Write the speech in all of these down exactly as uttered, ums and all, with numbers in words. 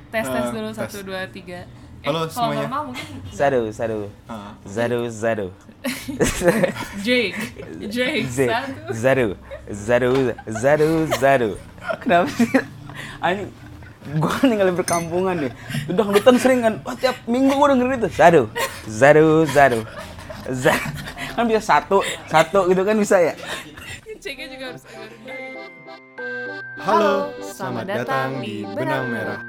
Tes tes Uh, dulu tes. satu dua tiga. Eh, Halo kalau semuanya. normal mungkin Zado, Zado, Ah. Zado, Zado, Jake, Jake Z, satu. Zado, Zado, Zado, Zado. Kenapa sih? Ani, gue kan tinggal di perkampungan nih. Udah ngelutan sering kan. Wah, tiap minggu gue dengerin itu. Zado, Zado, Zado, Zado. Kan bisa satu, satu gitu kan bisa ya. Jake-nya juga harus agak rendah. Halo, selamat datang di Benang Merah.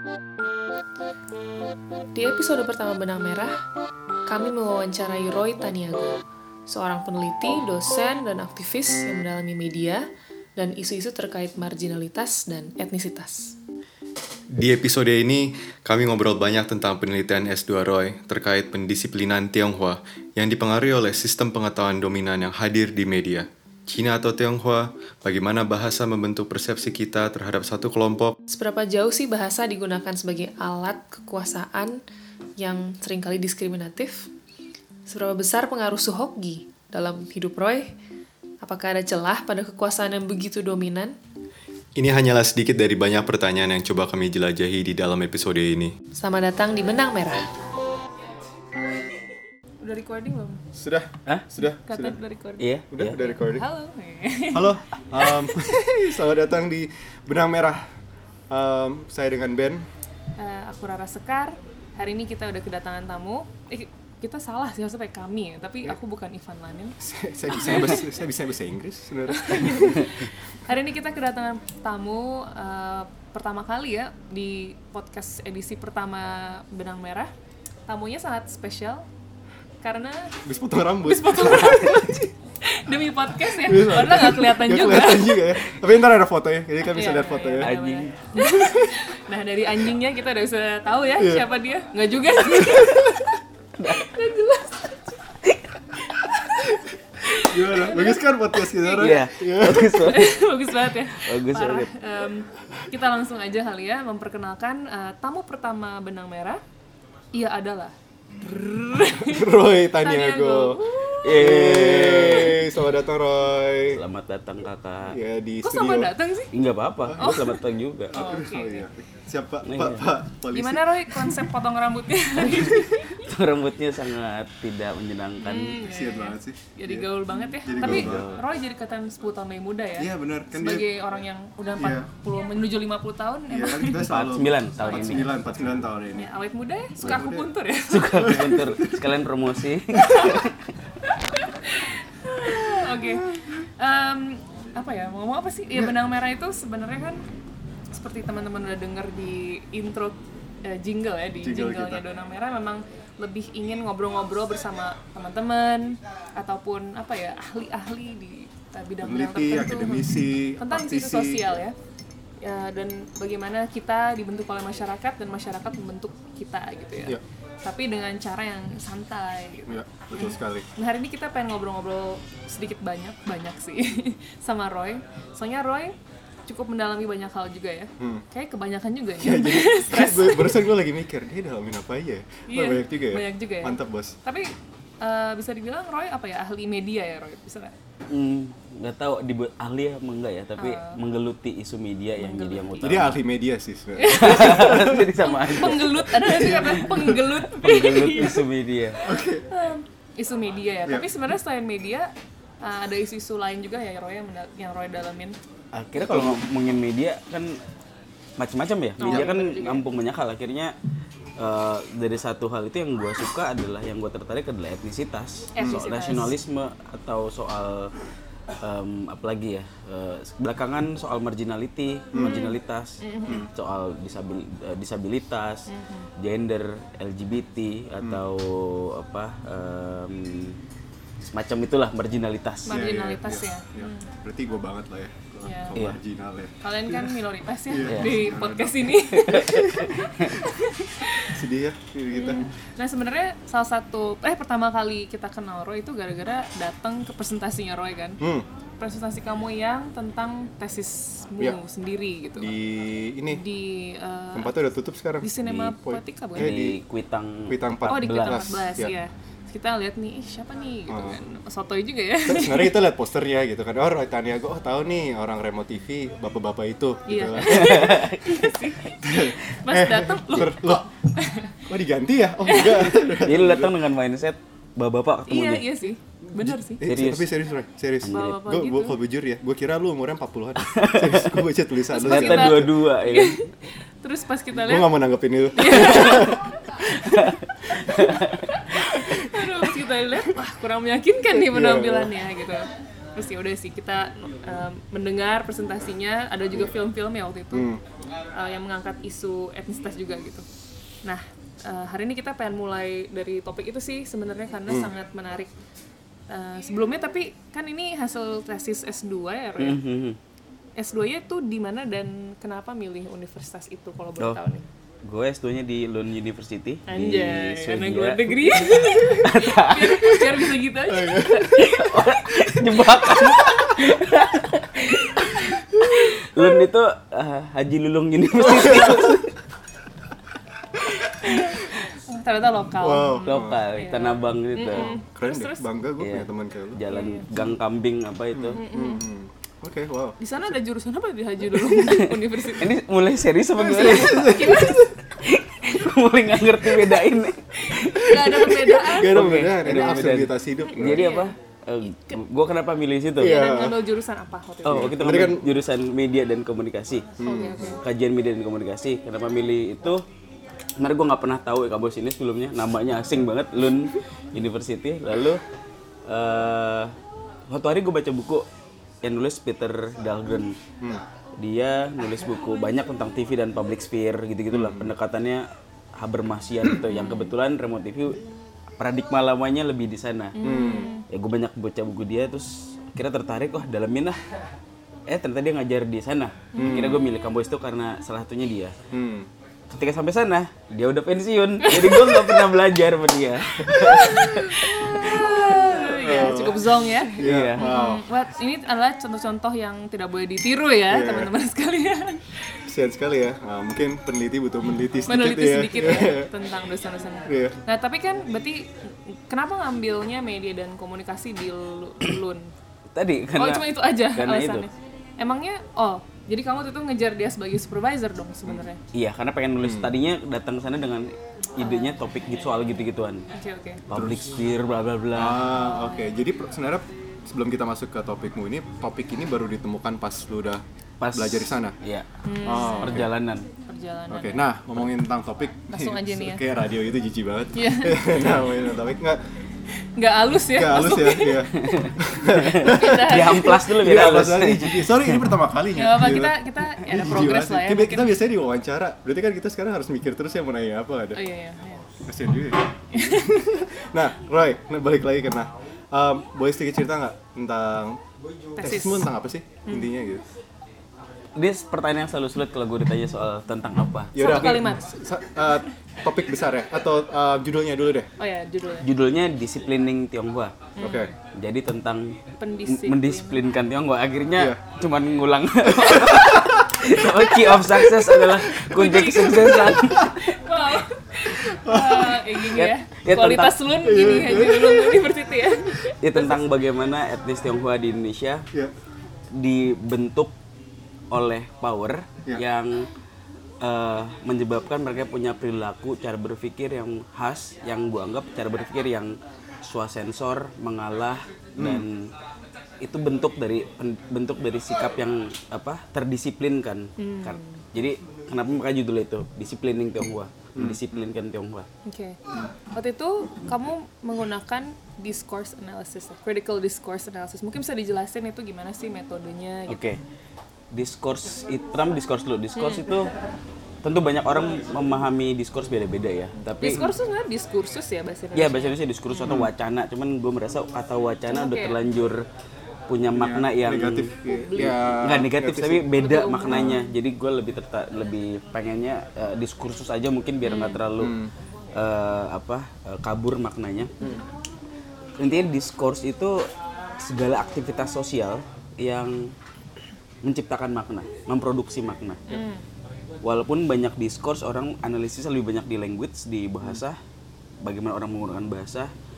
Di episode pertama Benang Merah, kami mewawancarai Roy Taniago, seorang peneliti, dosen, dan aktivis yang mendalami media dan isu-isu terkait marginalitas dan etnisitas. Di episode ini, kami ngobrol banyak tentang penelitian S dua Roy terkait pendisiplinan Tionghoa yang dipengaruhi oleh sistem pengetahuan dominan yang hadir di media. Cina atau Tionghoa, bagaimana bahasa membentuk persepsi kita terhadap satu kelompok. Seberapa jauh sih bahasa digunakan sebagai alat kekuasaan yang seringkali diskriminatif? Seberapa besar pengaruh Suhokgi dalam hidup Roy? Apakah ada celah pada kekuasaan yang begitu dominan? Ini hanyalah sedikit dari banyak pertanyaan yang coba kami jelajahi di dalam episode ini. Selamat datang di Benang Merah. Udah recording belum? Sudah? Hah? Sudah? Kata Sudah? udah recording. Iya, Udah? iya. Udah recording? Halo. Halo, um, selamat datang di Benang Merah. Um, saya dengan Ben. Eh, aku Rara Sekar. Hari ini kita udah kedatangan tamu. Eh, kita salah sih, harusnya pakai kami ya. Tapi aku bukan Ivan Lanin. Saya, saya, bisa, bahasa, saya bisa bahasa Inggris sebenarnya. Hari ini kita kedatangan tamu eh, pertama kali ya di podcast edisi pertama Benang Merah. Tamunya sangat spesial karena Habis potong rambut. habis potong rambut demi podcast ya. Padahal nggak kelihatan Nggak juga. kelihatan juga ya. Tapi ntar ada fotonya, jadi kan bisa Iya, lihat fotonya. iya, iya. Anjing. Nah dari anjingnya kita udah bisa tahu ya Iya. siapa dia. Nggak juga sih. Nggak jelas. Gimana? Bagus kan podcast kita, Ray? Iya, bagus banget. Bagus banget ya. Bagus Parah. banget. Em, kita langsung aja kali ya memperkenalkan eh, tamu pertama Benang Merah. Ia adalah Roy Taniago. Taniago. Yeay, selamat datang Roy. Selamat datang kakak. Ya di Kok studio. sama datang sih? Enggak apa-apa, gue selamat datang juga. Oh, oke. Oh iya. Siapa? Nah, Pak, iya. Pak polisi. Gimana Roy konsep potong rambutnya? Rambutnya sangat tidak menyenangkan. Hmm, Kasian iya, iya. banget sih. Jadi Iya. gaul banget ya. Jadi Tapi gaul banget. Roy jadi kelihatan sepuluh tahun lebih muda ya. Iya benar kan Sebagai dia. orang yang udah Iya. empat puluh menuju lima puluh tahun Iya emang kan kita empat selalu puluh sembilan tahun empat puluh ini. sembilan, empat puluh sembilan tahun ini. ya, awet muda ya. Suka Awet aku muda. puntur ya. Suka bentur sekalian promosi. Oke. Em, apa ya? Mau ngomong apa sih? Ya Benang Merah itu sebenarnya kan seperti teman-teman udah denger di intro eh, jingle ya di Jingle jinglenya kita. Benang Merah memang lebih ingin ngobrol-ngobrol bersama teman-teman ataupun apa ya ahli-ahli di eh, bidang-bidang Peneliti, tertentu akademisi, tentang isu praktisi. sosial ya. Ya, dan bagaimana kita dibentuk oleh masyarakat dan masyarakat membentuk kita gitu ya. Iya. Tapi dengan cara yang santai gitu. Iya, betul sekali. Nah hari ini kita pengen ngobrol-ngobrol sedikit banyak, banyak sih sama Roy. Soalnya Roy cukup mendalami banyak hal juga ya. Hmm. Kayak kebanyakan juga Ya, ya. jadi Stres. gue- barusan gue lagi mikir, dia dalamin apa aja ya? Wah, Iya, banyak juga ya? banyak juga ya. Mantap bos. Tapi eh, bisa dibilang Roy apa ya ahli media ya Roy? Bisa nggak? Hmm, nggak tahu dibuat ahli apa enggak ya, tapi Ah. menggeluti isu media yang jadi yang utama. Jadi ahli media sih sebenarnya. Jadi sama aja. Penggelut, ada nggak sih apa? Penggelut. Penggelut isu media. Isu media ya. Iya. Tapi sebenarnya selain media eh, ada isu-isu lain juga ya Roy yang, mendal- yang Roy dalamin. Akhirnya kalau ngomongin media kan macam-macam ya. Media Oh, kan bener juga. ngampung banyak hal. Akhirnya eh, dari satu hal itu yang gue suka adalah yang gue tertarik adalah etnisitas, soal Etnisitas. nasionalisme atau soal em, apa lagi ya eh, belakangan soal marginality, marginalitas, soal disabil, eh, disabilitas, gender, L G B T atau apa em, semacam itulah marginalitas. Mar- Marginalitas Iya, ya. iya. Berarti gue banget lah ya. Iya. Kalau Iya. marginal ya. Kalian kan minoritas ya Iya. di podcast ini. Sedih ya diri kita. Nah sebenarnya salah satu eh pertama kali kita kenal Roy itu gara-gara datang ke presentasinya Roy kan. Hmm. Presentasi kamu yang tentang tesismu Iya. sendiri gitu. Di ini Di eh, tempatnya udah tutup sekarang. di Cinema Poi- Poetica bukan? Eh, di di Kuitang Kuitang empat belas. Oh di Kuitang empat belas ya. ya. kita lihat nih, ih siapa nih gitu Oh. kan. Sotoy juga ya. Terus sebenarnya kita lihat posternya gitu kan. Oh, Roy Taniago, oh tahu nih orang Remo T V, bapak-bapak itu gitu Iya. kan. Pas datang loh. Ter- loh. Kok diganti ya? Oh enggak. Jadi lu datang dengan mindset bapak-bapak ketemu Iya, dia. iya sih. Bener sih. Eh, Serius? tapi serius, Roy. Serius. Bapak-bapak Gue gitu. gue kalau jujur ya, gue kira lu umurnya empat puluhan. Serius, gue baca tulisan lu. Ternyata Kita- dua-dua ya kan. Terus pas kita Gue lihat, gak mau nanggepin itu. aduh, pas kita lihat, wah kurang meyakinkan nih Iya. penampilannya gitu. Terus ya udah sih kita um, mendengar presentasinya, ada juga film-filmnya waktu itu Hmm. uh, yang mengangkat isu etnisitas juga gitu. Nah, uh, hari ini kita pengen mulai dari topik itu sih sebenarnya karena Hmm. sangat menarik. Uh, sebelumnya tapi kan ini hasil tesis S dua ya, Roy? Mhm. S dua-nya tuh di mana dan kenapa milih universitas itu kalau boleh Oh. tahu nih? Gue S dua-nya di Lund University Anjay, di karena Swedia. gue negeri. biar, biar bisa gitu aja. Jebakan. Lund itu uh, Haji Lulung University. Ternyata lokal. Wow. Lokal, Iya. Tanah Abang gitu. Keren Terus, deh, terus? bangga gue Iya. punya teman kayak lu. Jalan Gang Kambing apa itu. Hmm. Oke, wow. Di sana ada jurusan apa di Haji dulu Universitas? Ini mulai serius apa gimana? Gue mulai nggak ngerti bedain nih. Gak ada perbedaan. Gak ada Oke, perbedaan, ada ini perbedaan. absurditas hidup. Jadi apa? Gue kenapa milih situ? Iya. Dan ngambil jurusan apa waktu itu? Oh, kita Tadi ngambil kan- jurusan media dan komunikasi. Oke, oke. Kajian media dan komunikasi. Kenapa milih itu? Sebenarnya gue nggak pernah tahu ya kampus ini sebelumnya. Namanya asing banget, Lund University. Lalu eh suatu hari gue baca buku yang nulis Peter Dahlgren. Dia nulis buku banyak tentang T V dan public sphere gitu-gitulah. Pendekatannya Habermasian gitu. Yang kebetulan remote T V paradigma lamanya lebih di sana. Ya gue banyak baca buku dia terus kira tertarik, wah dalamin lah. Eh ternyata dia ngajar di sana. Kira gue milih kampus itu karena salah satunya dia. Hmm. Ketika sampai sana dia udah pensiun, jadi gue nggak pernah belajar sama dia. Ya, cukup zong ya. Iya. Hmm, wah, ini adalah contoh-contoh yang tidak boleh ditiru ya, Iya. teman-teman sekalian. Kasian sekali ya. Nah, mungkin peneliti butuh meneliti sedikit Meneliti ya. sedikit ya tentang dosen-dosen. Iya. Nah, tapi kan berarti kenapa ngambilnya media dan komunikasi di Lu- Lund? Tadi Oh, karena cuma itu aja karena alasannya. Emangnya oh, jadi kamu waktu itu ngejar dia sebagai supervisor dong sebenarnya. Iya, karena pengen nulis. Tadinya datang ke sana dengan idenya topik gitu soal gitu-gituan. Oke, oke. Public sphere bla bla bla. Ah, oke. Jadi per- sebenarnya sebelum kita masuk ke topikmu ini, topik ini baru ditemukan pas lu udah Pas belajar di sana. Iya. Oh, oke. Perjalanan. Perjalanan. Oke, nah ngomongin tentang topik. Langsung aja nih ya. Kayak radio itu jijik banget. Iya. Nah, ngomongin tentang topik nggak Nggak halus ya. nggak halus ya. Iya. Diamplas dulu biar Iya, halus. pas lagi jijik. Sorry, ini pertama kalinya. Nggak apa, Gila. kita kita ya ada Jijik progres banget lah ya. sih. Kita, Mungkin- kita biasanya diwawancara. Berarti kan kita sekarang harus mikir terus ya mau nanya apa ada. Oh iya iya. iya. Kasian juga ya. Nah, Roy, nah balik lagi ke nah. Um, boleh sedikit cerita nggak tentang Tesis. tesismu tentang apa sih intinya gitu? Dia pertanyaan yang selalu sulit kalau gue ditanya soal tentang apa. Yaudah, Satu oke. kalimat. Sa- uh, topik besar ya atau uh, judulnya dulu deh. Oh ya, judulnya. Judulnya Disciplining Tionghoa. Oke. Jadi tentang Pendisiplin. mendisiplinkan Tionghoa. Akhirnya Iya. cuman ngulang. Oh, key of success adalah kunci kesuksesan. Wow. Wah, kayak gini ya. Ya- ya Kualitas Lund gini Iya. Haji Lulung University ya. Ya tentang bagaimana etnis Tionghoa di Indonesia Iya. dibentuk oleh power Ya. yang eh, menyebabkan mereka punya perilaku cara berpikir yang khas, yang gua anggap cara berpikir yang swasensor, mengalah dan itu bentuk dari pen- bentuk dari sikap yang apa terdisiplinkan. Kan. Jadi kenapa makanya judulnya itu Disciplining Tionghoa, mendisiplinkan Tionghoa. Oke. Waktu itu kamu menggunakan discourse analysis, critical discourse analysis. Mungkin bisa dijelasin itu gimana sih metodenya gitu. Oke. Discourse itu, pertama discourse dulu. Discourse itu tentu banyak orang memahami discourse beda-beda ya. Tapi Discourse itu sebenarnya diskursus ya bahasa Indonesia. ya bahasa Indonesia diskursus atau wacana. Cuman gue merasa kata wacana udah Oke. terlanjur punya makna yang Negatif. Ya. nggak negatif sih. tapi beda maknanya. Jadi gue lebih terta- lebih pengennya eh, diskursus aja mungkin biar nggak terlalu eh, apa eh, kabur maknanya. Intinya diskurs itu segala aktivitas sosial yang menciptakan makna, memproduksi makna. Walaupun banyak diskurs, orang analisis lebih banyak di language, di bahasa, bagaimana orang menggunakan bahasa.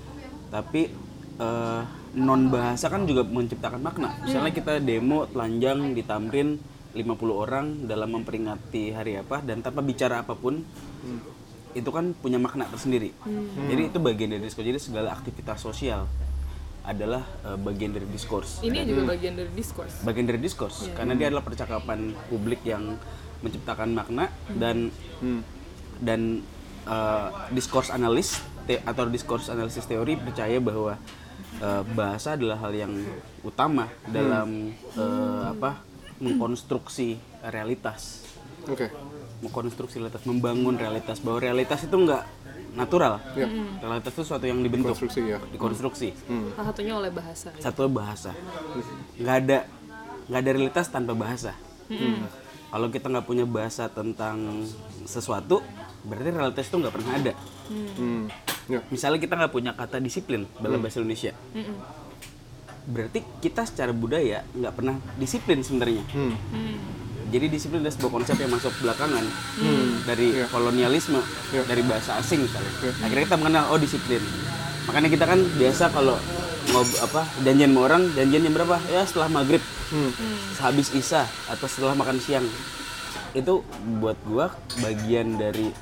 tapi uh, non bahasa kan juga menciptakan makna. Misalnya kita demo telanjang di Tamrin lima puluh orang dalam memperingati hari apa dan tanpa bicara apapun, hmm. itu kan punya makna tersendiri. Hmm. Jadi itu bagian dari diskurs. Jadi segala aktivitas sosial adalah uh, bagian dari diskurs. Ini dan, juga bagian dari diskurs. Bagian dari diskurs, yeah. Karena dia adalah percakapan publik yang menciptakan makna hmm. dan hmm. dan uh, diskurs analis te- atau diskurs analisis teori percaya bahwa uh, bahasa adalah hal yang utama hmm. dalam uh, apa mengkonstruksi realitas. Oke. Okay. Mengkonstruksi realitas, membangun realitas, bahwa realitas itu enggak natural. Yeah. Realitas itu sesuatu yang dibentuk, dikonstruksi, ya. dikonstruksi. Hmm. Salah satunya oleh bahasa. Satu bahasa. Nggak ada nggak ada realitas tanpa bahasa. Hmm. Kalau kita nggak punya bahasa tentang sesuatu, berarti realitas itu nggak pernah ada. Hmm. Yeah. Misalnya kita nggak punya kata disiplin dalam hmm. bahasa Indonesia, hmm. berarti kita secara budaya nggak pernah disiplin sebenarnya. Hmm. Hmm. Jadi disiplin adalah sebuah konsep yang masuk belakangan hmm. dari yeah. kolonialisme, yeah. dari bahasa asing misalnya. Yeah. Akhirnya kita mengenal oh disiplin. Makanya kita kan biasa kalau ngob apa janjian sama orang, janjian jam berapa? Ya setelah maghrib, hmm. sehabis isya atau setelah makan siang. Itu buat gua bagian dari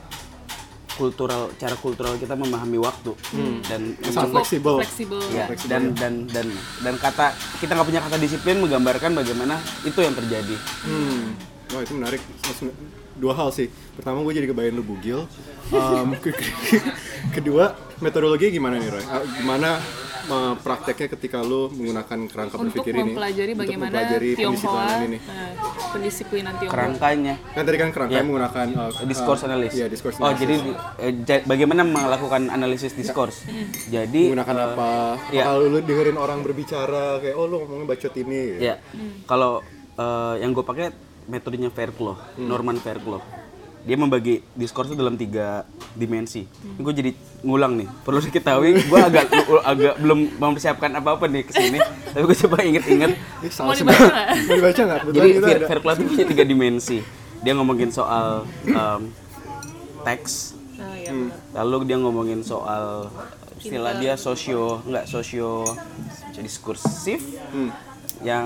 kultural, cara kultural kita memahami waktu hmm. dan sangat fleksibel. Ya, dan dan dan dan kata kita nggak punya kata disiplin menggambarkan bagaimana itu yang terjadi. Hmm. Wah itu menarik. Dua hal sih. Pertama gue jadi kebayang lu bugil. Um, kedua metodologinya gimana nih Roy? Gimana uh, prakteknya ketika lu menggunakan kerangka berpikir ini? Untuk mempelajari bagaimana Tionghoa, ini. Uh, pendisiplinan Tionghoa. Kerangkanya. Kan tadi kan kerangkanya ya. menggunakan uh, discourse analysis. Iya, discourse oh, jadi uh, j- bagaimana melakukan analisis discourse. Ya. Hmm. Jadi menggunakan uh, apa? Ya. Kalau lu dengerin orang berbicara kayak oh lu ngomongin bacot ini. Gitu. Ya. Hmm. Kalau uh, yang gue pakai metodenya Fairclough, hmm. Norman Fairclough. Dia membagi diskurs itu dalam tiga dimensi. Hmm. Ini gue jadi ngulang nih. Perlu diketahui, gue agak agak belum mempersiapkan apa-apa nih kesini. Tapi gue coba inget-inget. Mau dibaca nggak? Mau dibaca nggak? Jadi Fairclough itu punya tiga dimensi. Dia ngomongin soal um, teks. Oh, iya, hmm. Lalu dia ngomongin soal istilah dia sosio, enggak sosio diskursif. Hmm. Yang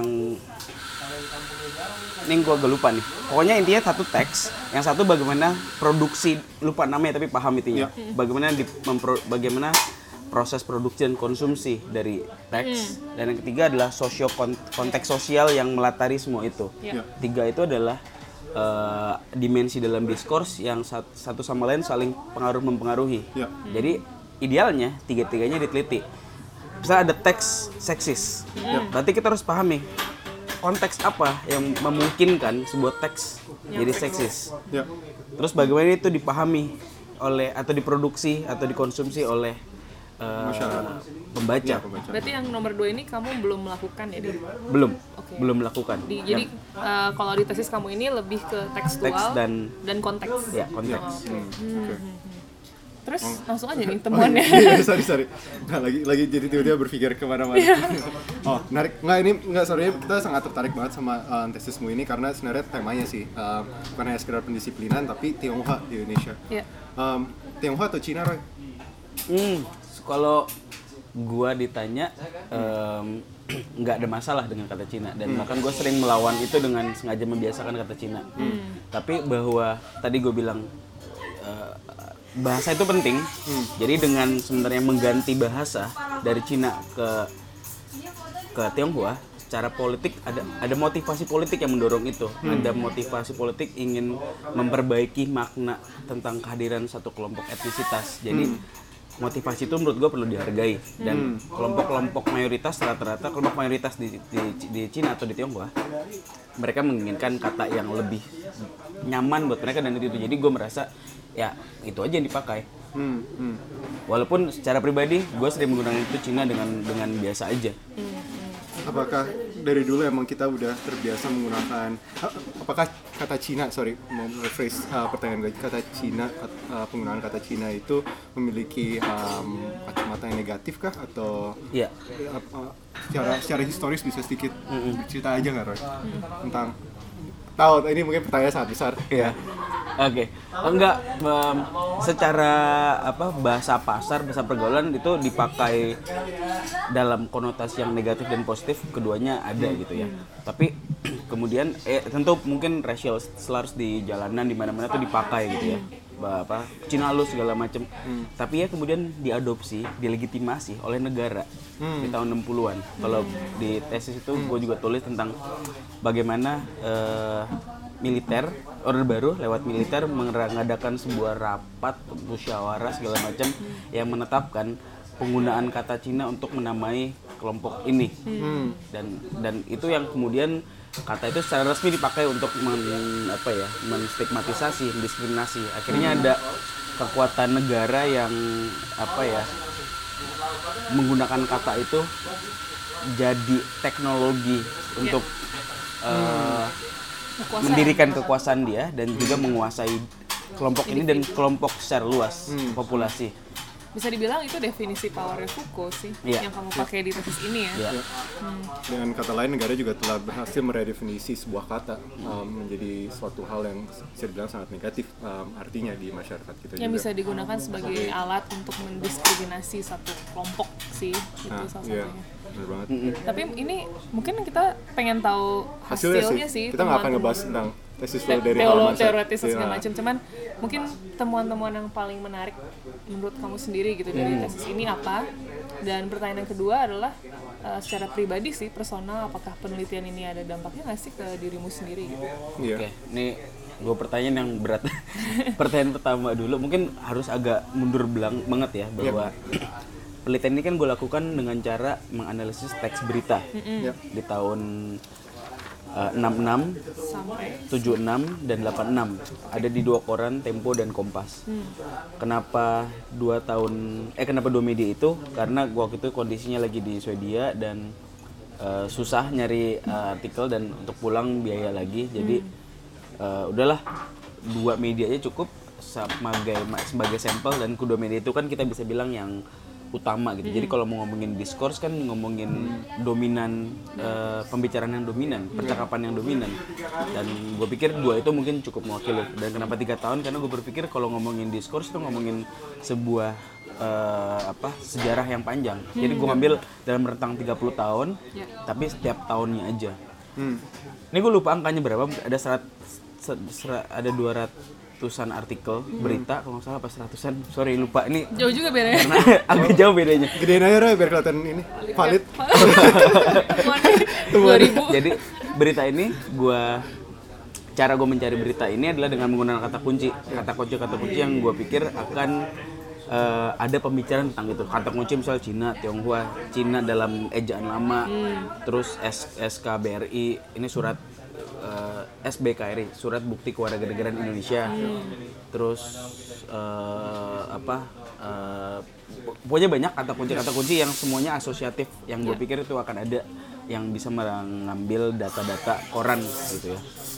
ini gue agak lupa nih. Pokoknya intinya satu teks, yang satu bagaimana produksi, lupa namanya tapi paham intinya. Ya. Bagaimana di, mempro, bagaimana proses produksi dan konsumsi dari teks. Hmm. Dan yang ketiga adalah sosio konteks sosial yang melatari semua itu. Ya. Tiga itu adalah uh, dimensi dalam diskurs yang sat, satu sama lain saling pengaruh mempengaruhi. Ya. Jadi idealnya tiga-tiganya diteliti. Misalnya ada teks seksis, hmm. berarti kita harus pahami konteks apa yang memungkinkan sebuah teks yang jadi seksis. Ya. Terus bagaimana itu dipahami oleh atau diproduksi atau dikonsumsi oleh uh, pembaca. Ya, pembaca. Berarti yang nomor dua ini kamu belum melakukan ya, Di? Belum. Okay. Belum melakukan. Di, jadi uh, kalau di tesis kamu ini lebih ke tekstual teks dan, dan konteks. Ya, konteks. Oh. Hmm. Hmm. Okay. Terus oh. langsung aja nih temuannya. Oh, iya, sorry sorry. Nah, lagi lagi jadi tiba-tiba berpikir kemana-mana. Oh, menarik. Nggak ini nggak sorry kita sangat tertarik banget sama uh, tesismu ini karena sebenarnya temanya sih uh, bukan hanya sekedar pendisiplinan tapi Tionghoa di Indonesia. Yeah. Um, Tionghoa atau Cina, Roy? Hmm, kalau gua ditanya um, nggak ada masalah dengan kata Cina dan hmm. bahkan gua sering melawan itu dengan sengaja membiasakan kata Cina. Hmm. Tapi bahwa tadi gua bilang uh, bahasa itu penting, hmm. jadi dengan sebenarnya mengganti bahasa dari Cina ke ke Tionghoa, secara politik ada ada motivasi politik yang mendorong itu, hmm. ada motivasi politik ingin memperbaiki makna tentang kehadiran satu kelompok etnisitas. Jadi hmm. motivasi itu menurut gue perlu dihargai dan hmm. kelompok-kelompok mayoritas rata-rata kelompok mayoritas di, di di Cina atau di Tionghoa, mereka menginginkan kata yang lebih nyaman buat mereka dan itu. Jadi gue merasa ya itu aja yang dipakai. Hmm, hmm. Walaupun secara pribadi gue sering menggunakan itu Cina dengan dengan biasa aja. Hmm. Apakah dari dulu emang kita udah terbiasa menggunakan? Apakah kata Cina, sorry mau rephrase uh, pertanyaan gue, kata Cina uh, penggunaan kata Cina itu memiliki um, kacamata yang negatif kah atau? Iya. Yeah. Uh, uh, secara secara historis bisa sedikit mm-hmm. cerita aja nggak Roy? Mm-hmm. Tentang tahu ini mungkin pertanyaan sangat besar. Iya. Yeah. Oke, enggak um, secara apa bahasa pasar, bahasa pergaulan itu dipakai dalam konotasi yang negatif dan positif, keduanya ada gitu ya. Tapi kemudian eh, tentu mungkin racial slurs di jalanan di mana-mana tuh dipakai gitu ya. Apa Cina lu segala macem. Hmm. Tapi ya kemudian diadopsi, dilegitimasi oleh negara hmm. di tahun enam puluhan. Kalau di tesis itu gue juga tulis tentang bagaimana uh, militer, Orde Baru lewat militer mengadakan sebuah rapat musyawarah segala macam yang menetapkan penggunaan kata Cina untuk menamai kelompok ini. Hmm. Dan dan itu yang kemudian kata itu secara resmi dipakai untuk men, apa ya, menstigmatisasi, mendiskriminasi. Akhirnya ada kekuatan negara yang apa ya, menggunakan kata itu jadi teknologi untuk yeah. uh, Kekuasaan. mendirikan kekuasaan dia dan juga menguasai kelompok ini dan kelompok secara luas hmm. populasi. Bisa dibilang itu definisi powernya Foucault sih yeah. yang kamu pakai di tesis ini ya. Yeah. Hmm. Dengan kata lain, negara juga telah berhasil meredefinisi sebuah kata um, menjadi suatu hal yang bisa dibilang sangat negatif um, artinya di masyarakat kita yang juga. Bisa digunakan sebagai okay. alat untuk mendiskriminasi satu kelompok sih, itu nah, salah satunya. Yeah. Benar banget. Mm-hmm. Tapi ini mungkin kita pengen tahu hasilnya, hasilnya sih. Kita nggak akan ngebahas tentang tesis Te- dari teolo, teoretis dan segala macam. Cuman mungkin temuan-temuan yang paling menarik menurut kamu sendiri gitu dari mm. tesis ini apa? Dan pertanyaan yang kedua adalah uh, secara pribadi sih, personal, apakah penelitian ini ada dampaknya nggak sih ke dirimu sendiri gitu? Yeah. Oke, ini gue pertanyaan yang berat. Pertanyaan pertama dulu, mungkin harus agak mundur belang banget ya bahwa yeah. penelitian ini kan gue lakukan dengan cara menganalisis teks berita mm-hmm. di tahun uh, enam puluh enam, tujuh puluh enam, dan delapan puluh enam. Ada di dua koran, Tempo dan Kompas. Mm. Kenapa dua tahun, eh kenapa dua media itu? Karena waktu itu kondisinya lagi di Swedia dan uh, susah nyari uh, artikel dan untuk pulang biaya lagi. Jadi mm. uh, udahlah, dua media aja cukup sebagai, sebagai sampel, dan kedua media itu kan kita bisa bilang yang utama gitu. Mm-hmm. Jadi kalau mau ngomongin diskurs kan ngomongin dominan, uh, pembicaraan yang dominan, percakapan yang dominan. Dan gue pikir dua itu mungkin cukup mewakili. Dan kenapa tiga tahun? Karena gue berpikir kalau ngomongin diskurs itu ngomongin sebuah uh, apa sejarah yang panjang. Mm-hmm. Jadi gue ngambil dalam rentang tiga puluh tahun, yeah. tapi setiap tahunnya aja. Mm. Ini gue lupa angkanya berapa. Ada serat, serat ada dua ratusan artikel berita, kalau nggak salah pas seratusan, sorry lupa ini. Jauh juga bedanya. Karena agak jauh bedanya. Gedein aja Roy biar kelihatan ini valid. dua ribu. Jadi berita ini gua cara gue mencari berita ini adalah dengan menggunakan kata kunci, kata kunci kata kunci yang gue pikir akan uh, ada pembicaraan tentang itu. Kata kunci misal Cina, Tionghoa, Cina dalam ejaan lama, hmm. terus S- S K B R I, ini surat Uh, S B K R I, Surat Bukti Kewarganegaraan Indonesia, hmm. terus uh, apa, uh, pokoknya banyak kata kunci-kata kunci yang semuanya asosiatif, yang gue yeah. pikir itu akan ada yang bisa mengambil data-data koran gitu ya.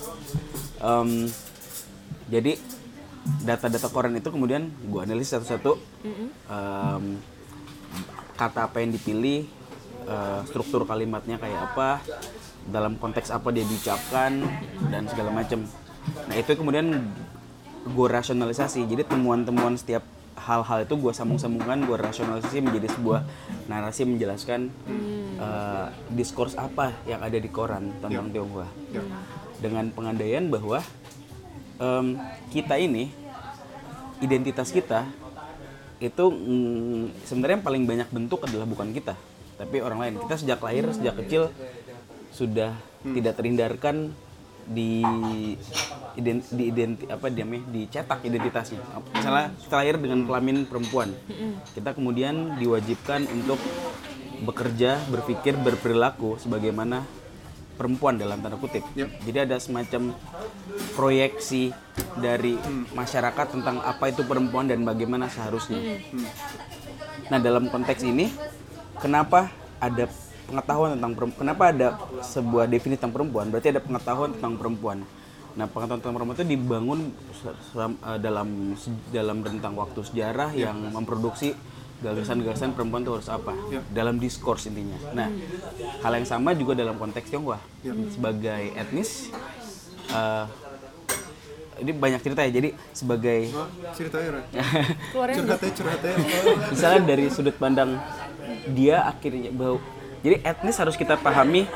Um, jadi data-data koran itu kemudian gue analisis satu-satu, mm-hmm. um, kata apa yang dipilih, uh, struktur kalimatnya kayak apa, dalam konteks apa dia diucapkan dan segala macam. Nah itu kemudian gue rasionalisasi. Jadi temuan-temuan setiap hal-hal itu gue sambung-sambungkan, gue rasionalisasi menjadi sebuah narasi menjelaskan hmm. uh, diskurs apa yang ada di koran tentang yeah. Tionghoa. Yeah. Dengan pengandaian bahwa um, kita ini, identitas kita itu mm, sebenarnya yang paling banyak bentuk adalah bukan kita, tapi orang lain. Kita sejak lahir, sejak kecil sudah hmm. tidak terhindarkan di ident, di identi, apa namanya dicetak identitasnya. Misalnya kita lahir dengan kelamin perempuan, kita kemudian diwajibkan untuk bekerja, berpikir, berperilaku sebagaimana perempuan dalam tanda kutip. Yep. Jadi ada semacam proyeksi dari hmm. masyarakat tentang apa itu perempuan dan bagaimana seharusnya. Hmm. Nah dalam konteks ini, kenapa ada pengetahuan tentang perempuan, kenapa ada sebuah definisi tentang perempuan, berarti ada pengetahuan tentang perempuan. Nah pengetahuan tentang perempuan itu dibangun dalam dalam rentang waktu sejarah yeah. yang memproduksi gagasan-gagasan perempuan itu harus apa yeah. dalam diskurs intinya. Nah hal yang sama juga dalam konteks Tionghoa yeah. sebagai etnis, uh, ini banyak cerita ya. Jadi sebagai ceritanya Keluarin curhatnya curhatnya misalnya dari sudut pandang dia akhirnya bahwa jadi etnis harus kita pahami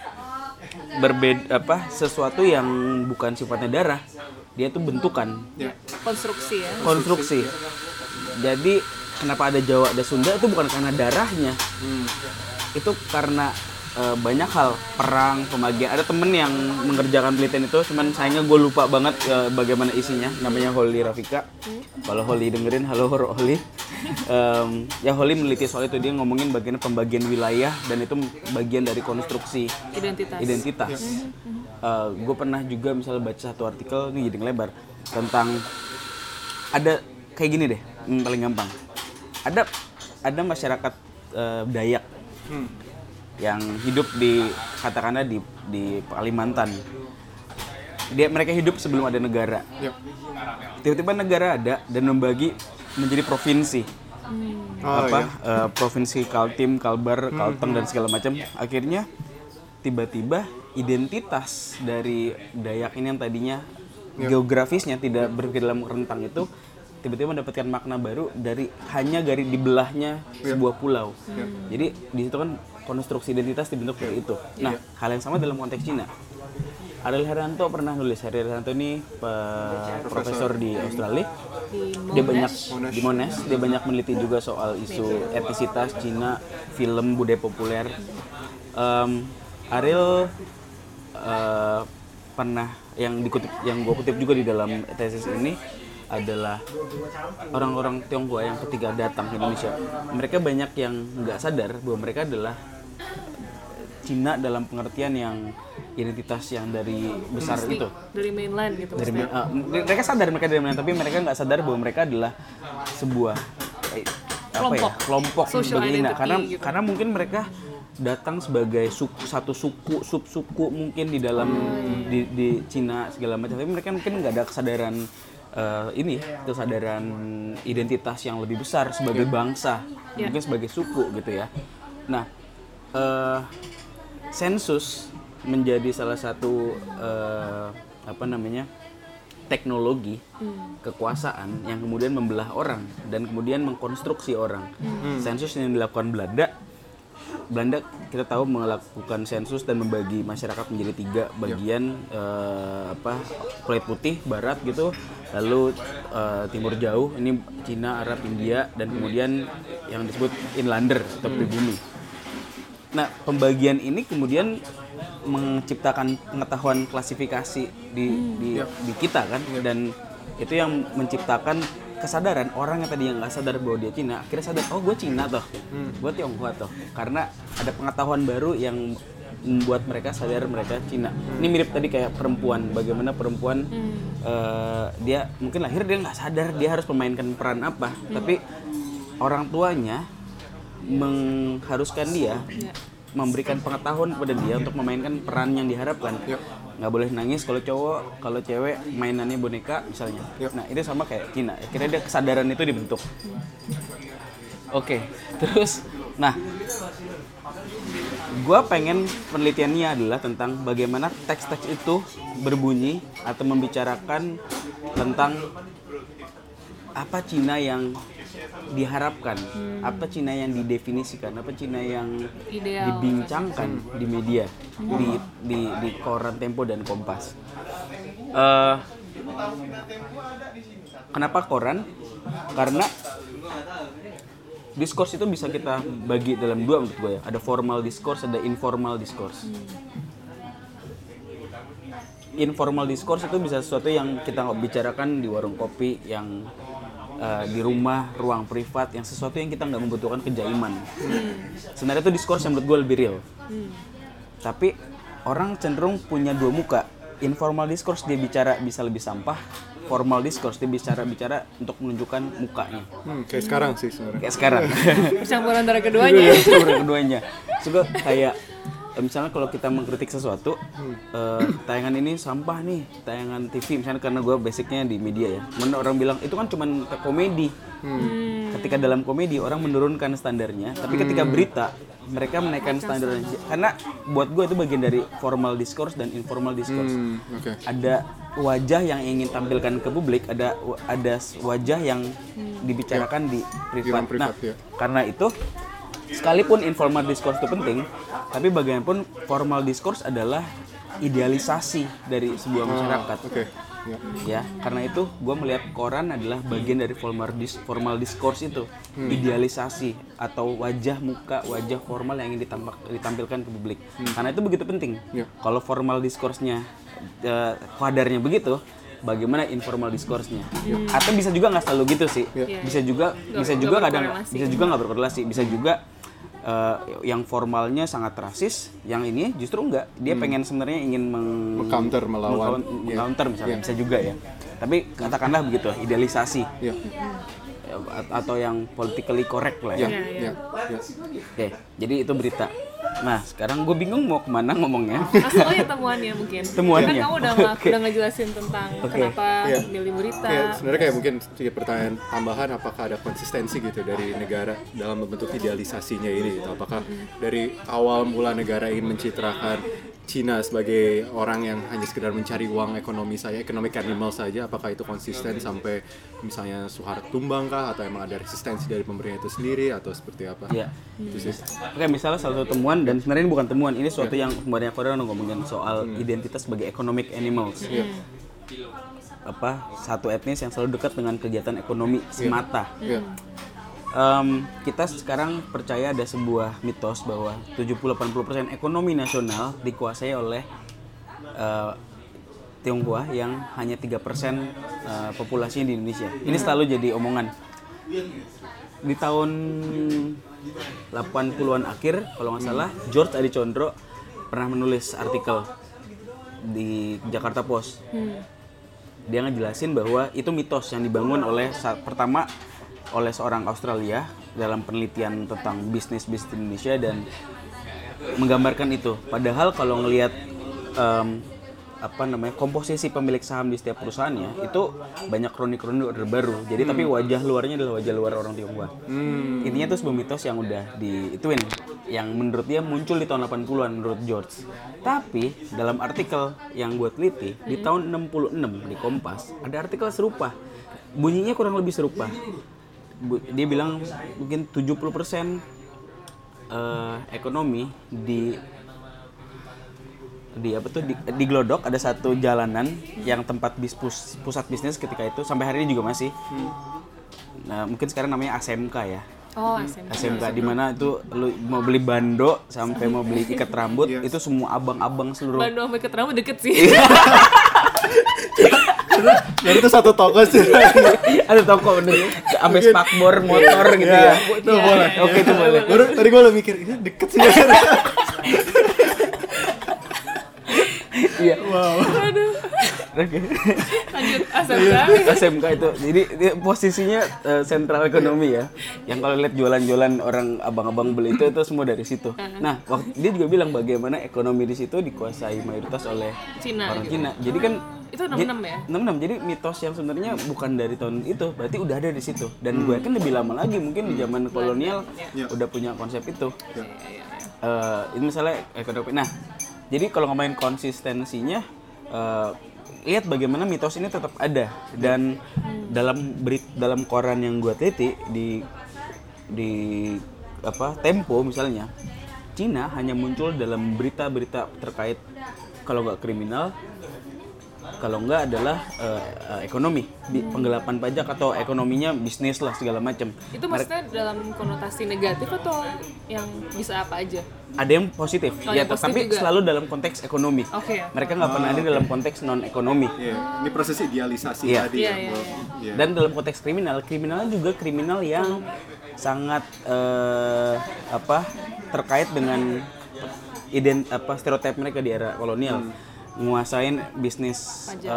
berbeda apa sesuatu yang bukan sifatnya darah, dia tuh bentukan, konstruksi ya. konstruksi. Jadi kenapa ada Jawa ada Sunda itu bukan karena darahnya, hmm. itu karena e, banyak hal, perang, pembagian. Ada temen yang mengerjakan penelitian itu, cuman sayangnya gue lupa banget e, bagaimana isinya. Namanya Holly Rafika. Hmm. Kalau Holly dengerin, halo Holly. Um, ya Holly meneliti soal itu, dia ngomongin bagian pembagian wilayah dan itu bagian dari konstruksi identitas. Identitas. Hmm. Uh, gue pernah juga misalnya baca satu artikel, ini jadi lebar tentang ada kayak gini deh, yang paling gampang. Ada ada masyarakat uh, Dayak hmm. yang hidup di katakanlah di di Kalimantan. Dia mereka hidup sebelum ada negara. Yep. Tiba-tiba negara ada dan membagi menjadi provinsi. Hmm. Oh, apa iya. uh, provinsi Kaltim, Kalbar, Kalteng hmm. dan segala macam. Akhirnya tiba-tiba identitas dari Dayak ini yang tadinya yep. geografisnya tidak berada dalam rentang itu tiba-tiba mendapatkan makna baru dari hanya dari dibelahnya sebuah pulau. Hmm. Jadi di situ kan konstruksi identitas dibentuk dari itu. Nah, yeah. hal yang sama dalam konteks Cina. Ariel Herranto pernah nulis. Ariel Herranto ini pe- profesor di Australia. Di dia banyak di Monash, dia banyak meneliti juga soal isu etnisitas Cina, film, budaya populer. Um, Ariel uh, pernah yang dikutip, yang gue kutip juga di dalam tesis ini adalah orang-orang Tionghoa yang ketika datang ke Indonesia, mereka banyak yang nggak sadar bahwa mereka adalah Cina dalam pengertian yang identitas yang dari besar Pasti. itu Dari mainland gitu. dari uh, mereka sadar mereka dari mainland, tapi mereka nggak sadar bahwa mereka adalah sebuah eh, apa kelompok, ya kelompok bagaimana karena gitu. karena mungkin mereka datang sebagai suku, satu suku sub suku mungkin di dalam hmm. di, di Cina segala macam, tapi mereka mungkin nggak ada kesadaran uh, ini kesadaran identitas yang lebih besar sebagai bangsa, yeah. mungkin sebagai suku gitu ya. Nah, uh, sensus menjadi salah satu uh, apa namanya teknologi hmm. kekuasaan yang kemudian membelah orang dan kemudian mengkonstruksi orang. Hmm. Sensus yang dilakukan Belanda, Belanda kita tahu melakukan sensus dan membagi masyarakat menjadi tiga bagian, yep. uh, apa kulit putih, barat gitu, lalu uh, timur jauh, ini Cina, Arab, India, dan kemudian yang disebut inlander atau pribumi. Hmm. Nah, pembagian ini kemudian menciptakan pengetahuan klasifikasi di hmm. di, yep. di kita kan, yep. dan itu yang menciptakan kesadaran orang yang tadi yang nggak sadar bahwa dia Cina akhirnya sadar, oh gue Cina toh, hmm. gue Tionghoa toh, karena ada pengetahuan baru yang membuat mereka sadar mereka Cina. Hmm. Ini mirip tadi kayak perempuan, bagaimana perempuan hmm. uh, dia mungkin lahir dia nggak sadar dia harus memainkan peran apa, hmm. tapi orang tuanya mengharuskan dia yeah. memberikan pengetahuan kepada dia untuk memainkan peran yang diharapkan. Yep. Nggak boleh nangis kalau cowok, kalau cewek mainannya boneka misalnya. Yep. Nah itu sama kayak Cina, akhirnya dia kesadaran itu dibentuk. Oke, okay. Terus, nah, gue pengen penelitiannya adalah tentang bagaimana teks-teks itu berbunyi atau membicarakan tentang apa Cina yang diharapkan, hmm. apa Cina yang didefinisikan, apa Cina yang ideal, dibincangkan hmm. di media, hmm. di, di di koran Tempo dan Kompas. Uh, kenapa koran? Karena diskurs itu bisa kita bagi dalam dua menurut gue ya. Ada formal discourse, ada informal discourse. Hmm. Informal discourse itu bisa sesuatu yang kita bicarakan di warung kopi, yang Uh, di rumah, ruang privat, yang sesuatu yang kita nggak membutuhkan kejaiman. Hmm. Sebenarnya itu diskurs yang menurut gue lebih real. Hmm. Tapi orang cenderung punya dua muka. Informal diskurs dia bicara bisa lebih sampah. Formal diskurs dia bicara-bicara untuk menunjukkan mukanya. Hmm, kayak sekarang sih sebenarnya. Kayak sekarang. Percampuran antara keduanya. Percampuran keduanya. Juga kayak misalnya kalau kita mengkritik sesuatu, hmm. uh, tayangan ini sampah nih, tayangan T V misalnya, karena gue basicnya di media ya. Mana orang bilang itu kan cuma komedi. Hmm. Ketika dalam komedi orang menurunkan standarnya, tapi ketika berita mereka menaikkan standarnya. Karena buat gue itu bagian dari formal discourse dan informal discourse. Hmm. Okay. Ada wajah yang ingin tampilkan ke publik, ada ada wajah yang dibicarakan ya. di privat. privat nah, ya. Karena itu sekalipun informal discourse itu penting, tapi bagaimanapun formal discourse adalah idealisasi dari sebuah masyarakat. Oh, okay. ya. ya, karena itu gue melihat koran adalah bagian dari formal dis- formal discourse itu, hmm. idealisasi atau wajah muka wajah formal yang ingin ditampak, ditampilkan ke publik. Hmm. Karena itu begitu penting. Ya. Kalau formal discourse-nya uh, kadarnya begitu, bagaimana informal discourse-nya? Hmm. Atau bisa juga nggak selalu gitu sih. Yeah. Bisa juga, gak, bisa juga kadang, bisa juga nggak berkorelasi. Bisa juga uh, yang formalnya sangat rasis, yang ini justru enggak. Dia hmm. pengen sebenarnya ingin meng- counter melawan, counter yeah. misalnya, yeah. bisa juga ya. Tapi katakanlah begitu, idealisasi. Yeah. Atau yang politically correct lah ya. Yeah. Yeah. Yeah. Oke, jadi itu berita. Nah, sekarang gue bingung mau kemana ngomongnya. Asal ya temuannya mungkin. Temuannya. Kan kamu udah okay. udah ngejelasin tentang okay. kenapa yeah. milih berita. Yeah, sebenarnya kayak mungkin sedikit pertanyaan tambahan, apakah ada konsistensi gitu dari negara dalam membentuk idealisasinya ini gitu. Apakah mm-hmm. dari awal mula negara ingin mencitrakan Cina sebagai orang yang hanya sekedar mencari uang ekonomi saja, economic animal saja, apakah itu konsisten sampai misalnya Soeharto tumbang kah, atau emang ada resistensi dari pemerintah itu sendiri, atau seperti apa? Iya. Itu sih. Oke, misalnya salah satu temuan, dan sebenarnya ini bukan temuan, ini suatu yeah. yang banyak orang ngomongin soal hmm. identitas sebagai economic animals. Yeah. Apa, satu etnis yang selalu dekat dengan kegiatan ekonomi semata. Yeah. Yeah. Um, kita sekarang percaya ada sebuah mitos bahwa tujuh puluh sampai delapan puluh persen ekonomi nasional dikuasai oleh uh, Tionghoa yang hanya tiga persen uh, populasinya di Indonesia. Ini selalu jadi omongan. Di tahun delapan puluhan akhir, kalau nggak salah, George Adi Condro pernah menulis artikel di Jakarta Post. Dia ngejelasin bahwa itu mitos yang dibangun oleh saat pertama oleh seorang Australia dalam penelitian tentang bisnis-bisnis di Indonesia dan menggambarkan itu. Padahal kalau ngelihat um, apa namanya komposisi pemilik saham di setiap perusahaannya itu banyak kroni-kroni order baru. Jadi hmm. tapi wajah luarnya adalah wajah luar orang Tionghoa. Hmm. Intinya itu sebuah mitos yang udah diituin, yang menurut dia muncul di tahun delapan puluhan menurut George. Tapi dalam artikel yang gue teliti hmm. di tahun enam puluh enam di Kompas ada artikel serupa. Bunyinya kurang lebih serupa. Dia bilang mungkin tujuh puluh persen uh, ekonomi di di apa tuh di, di Glodok ada satu jalanan yang tempat bis, pus, pusat bisnis ketika itu sampai hari ini juga masih. Nah, mungkin sekarang namanya A S M K ya. Oh, A S M K. A S M K di mana itu lu mau beli bando sampai mau beli ikat rambut yes. itu semua abang-abang seluruh. Bando sampai ikat rambut deket sih. Dan itu satu toko sih. Ada toko bener. Sampai spakbor motor gitu ya. Itu ya, boleh. Ya, Oke, itu ya, boleh. Baru tadi gue udah mikir ini deket sih. Iya. Wow. Aduh. Oke. Lanjut A S M K. A S M K itu. Jadi posisinya uh, sentral ekonomi ya. Yang kalau lihat jualan-jualan orang abang-abang beli itu itu semua dari situ. Uh-huh. Nah, waktu dia juga bilang bagaimana ekonomi di situ dikuasai mayoritas oleh Cina. Orang Cina. Jadi kan itu enam puluh enam ya? enam puluh enam. Jadi mitos yang sebenarnya bukan dari tahun itu, berarti udah ada di situ. Dan hmm. gue yakin lebih lama lagi mungkin di zaman kolonial ya. Udah punya konsep itu. Ya. Uh, ini misalnya ekonomi. Nah, jadi kalau ngomongin konsistensinya, uh, lihat bagaimana mitos ini tetap ada dan hmm. dalam berit dalam koran yang gue teliti di di apa Tempo misalnya, Cina hanya muncul dalam berita-berita terkait kalau nggak kriminal, kalau enggak adalah uh, uh, ekonomi, di, penggelapan pajak atau ekonominya bisnis lah segala macam. Itu maksudnya Mer- dalam konotasi negatif atau yang bisa apa aja? Ada yang positif, oh, ya, yang positif tapi juga. Selalu dalam konteks ekonomi. Okay. Mereka nggak oh, pernah ada okay. dalam konteks non ekonomi. Yeah. Ini proses idealisasi yeah. tadi. Yeah, ya. yeah, yeah. Yeah. Dan dalam konteks kriminal, kriminalnya juga kriminal yang sangat uh, apa terkait dengan ident apa stereotip mereka di era kolonial. Hmm. Nguasain bisnis pajak. Uh,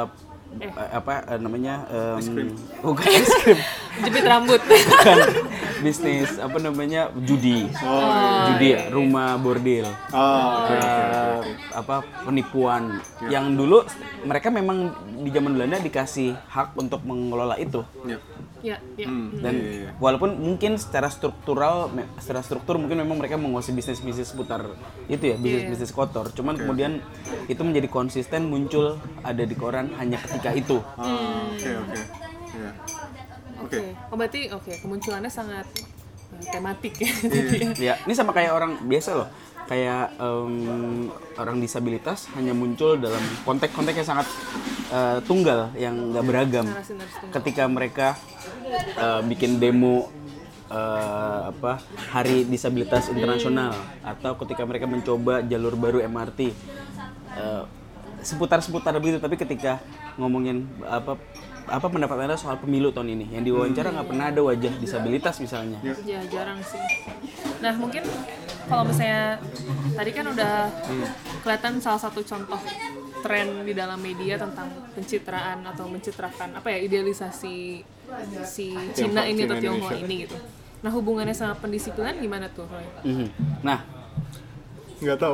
Eh. apa uh, namanya um, Es krim. bukan es krim, Jepit rambut. bukan bisnis apa namanya judi, Oh, judi rumah bordil, Ah, oke, oke, oke, Uh, oke. apa penipuan yang dulu mereka memang di zaman Belanda dikasih hak untuk mengelola itu. Ya. Ya, ya. Hmm, Dan iya, iya, iya. walaupun mungkin secara struktural, me- secara struktur mungkin memang mereka menguasai bisnis-bisnis seputar itu ya, bisnis-bisnis kotor. Cuman kemudian itu menjadi konsisten muncul ada di koran hanya ketika itu. Ah, oke, oke. Iya. Oke. Oke. Oh berarti oke, kemunculannya sangat uh, tematik ya. Ya, ini sama kayak orang biasa loh. Kayak em, orang disabilitas hanya muncul dalam konteks-konteks yang sangat eh, tunggal, yang nggak beragam. Narasi-narasi tunggal. Ketika mereka eh, bikin demo eh, apa Hari Disabilitas Internasional, atau ketika mereka mencoba jalur baru M R T, eh, seputar-seputar begitu. Tapi ketika ngomongin apa apa pendapat Anda soal pemilu tahun ini, yang diwawancara nggak pernah ada wajah disabilitas misalnya. Ya jarang sih. Nah mungkin kalau misalnya tadi kan udah kelihatan salah satu contoh tren di dalam media tentang pencitraan atau mencitrakan apa ya idealisasi si Cina ini atau Cina Tionghoa Indonesia. ini gitu. Nah hubungannya sama pendisiplinan gimana tuh Roy? Mhm. Nah, Nggak tahu.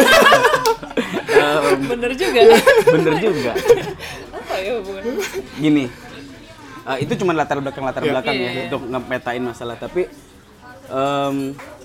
Bener juga. bener juga. Apa ya hubungannya? Gini, uh, itu cuma latar belakang latar Iya. belakang Iya, ya iya. untuk ngepetain masalah. Tapi em,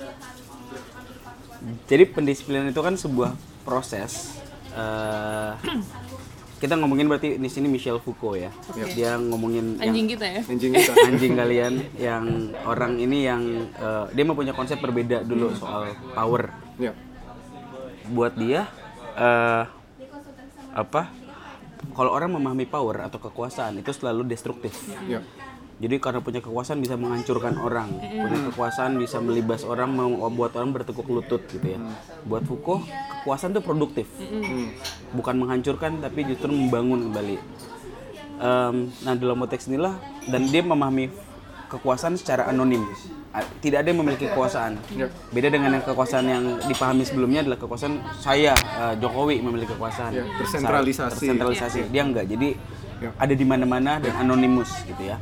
jadi pendisiplinan itu kan sebuah proses. eh, kita ngomongin berarti di sini Michel Foucault ya. Oke. Dia ngomongin yang- Anjing kita ya. Anjing kita. anjing kalian yang orang ini yang eh, dia mempunyai konsep berbeda dulu soal power. Ya. Buat dia eh, apa kalau orang memahami power atau kekuasaan itu selalu destruktif. Ya. Jadi karena punya kekuasaan bisa menghancurkan orang, punya kekuasaan bisa melibas orang, mau buat orang bertekuk lutut gitu ya. Buat Foucault, kekuasaan itu produktif, bukan menghancurkan tapi justru membangun kembali. Em, nah dalam konteks inilah, dan dia memahami kekuasaan secara anonim. A- Tidak ada yang memiliki kekuasaan. Ya. Beda dengan yang kekuasaan yang dipahami sebelumnya adalah kekuasaan saya eh, Jokowi memiliki kekuasaan. Ya, tersentralisasi. Tersentralisasi. Dia enggak. Jadi Ya. ada di mana-mana dan anonimus gitu ya.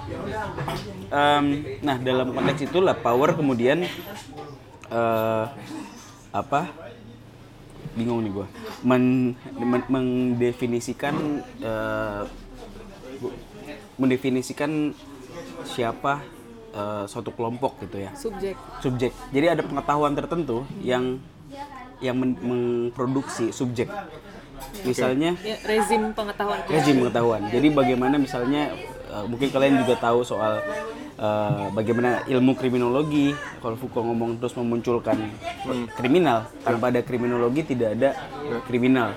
Em, nah dalam konteks itulah power kemudian eh, apa? Bingung nih gue. Men, men- mendefinisikan eh, bu- mendefinisikan siapa eh, suatu kelompok gitu ya. Subjek. Subjek. Jadi ada pengetahuan tertentu yang yang men- memproduksi subjek. Misalnya Ya, rezim pengetahuan. rezim pengetahuan. Jadi bagaimana misalnya uh, mungkin kalian juga tahu soal uh, bagaimana ilmu kriminologi. Kalau Foucault ngomong terus memunculkan kriminal, tanpa ada kriminologi tidak ada kriminal.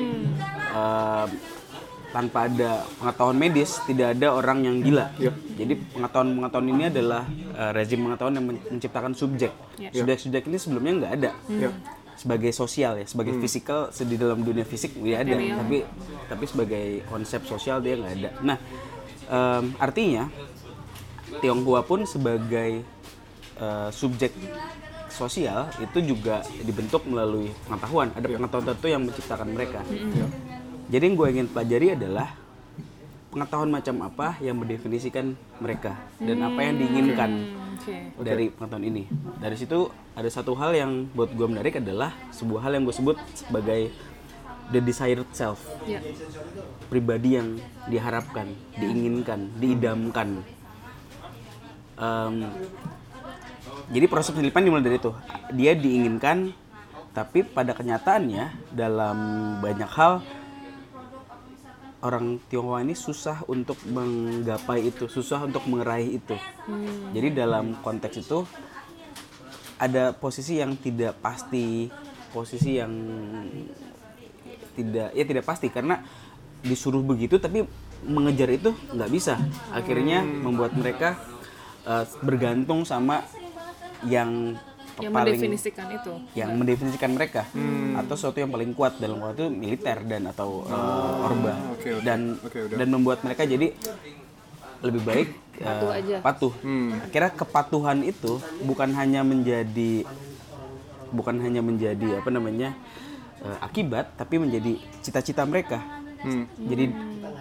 Uh, tanpa ada pengetahuan medis tidak ada orang yang gila. Ya. Jadi pengetahuan-pengetahuan ini adalah uh, rezim pengetahuan yang men- menciptakan subjek. Ya. Subjek-subjek ini sebelumnya nggak ada. Ya. Sebagai sosial ya, sebagai fisikal di dalam dunia fisik dia ada, Material. tapi tapi sebagai konsep sosial dia nggak ada. Nah, em, artinya Tionghoa pun sebagai eh, subjek sosial itu juga dibentuk melalui pengetahuan. Ada pengetahuan tertentu yang menciptakan mereka. Jadi yang gue ingin pelajari adalah pengetahuan macam apa yang mendefinisikan mereka dan apa yang diinginkan Oke. dari pengetahuan ini. Dari situ ada satu hal yang buat gue menarik adalah sebuah hal yang gue sebut sebagai the desired self. Ya. Pribadi yang diharapkan, diinginkan, diidamkan. Em, jadi proses penelitian dimulai dari itu. Dia diinginkan, tapi pada kenyataannya dalam banyak hal orang Tionghoa ini susah untuk menggapai itu, susah untuk meraih itu. Jadi dalam konteks itu ada posisi yang tidak pasti, posisi yang tidak, ya tidak pasti karena disuruh begitu tapi mengejar itu nggak bisa. Akhirnya membuat mereka eh, bergantung sama yang Yang paling mendefinisikan itu. yang mendefinisikan mereka atau sesuatu yang paling kuat dalam waktu itu militer dan atau uh, orba oke, oke. dan Oke, udah. dan membuat mereka jadi lebih baik uh, Patuh aja. patuh. Akhirnya kepatuhan itu bukan hanya menjadi bukan hanya menjadi apa namanya uh, akibat tapi menjadi cita-cita mereka. Hmm. Jadi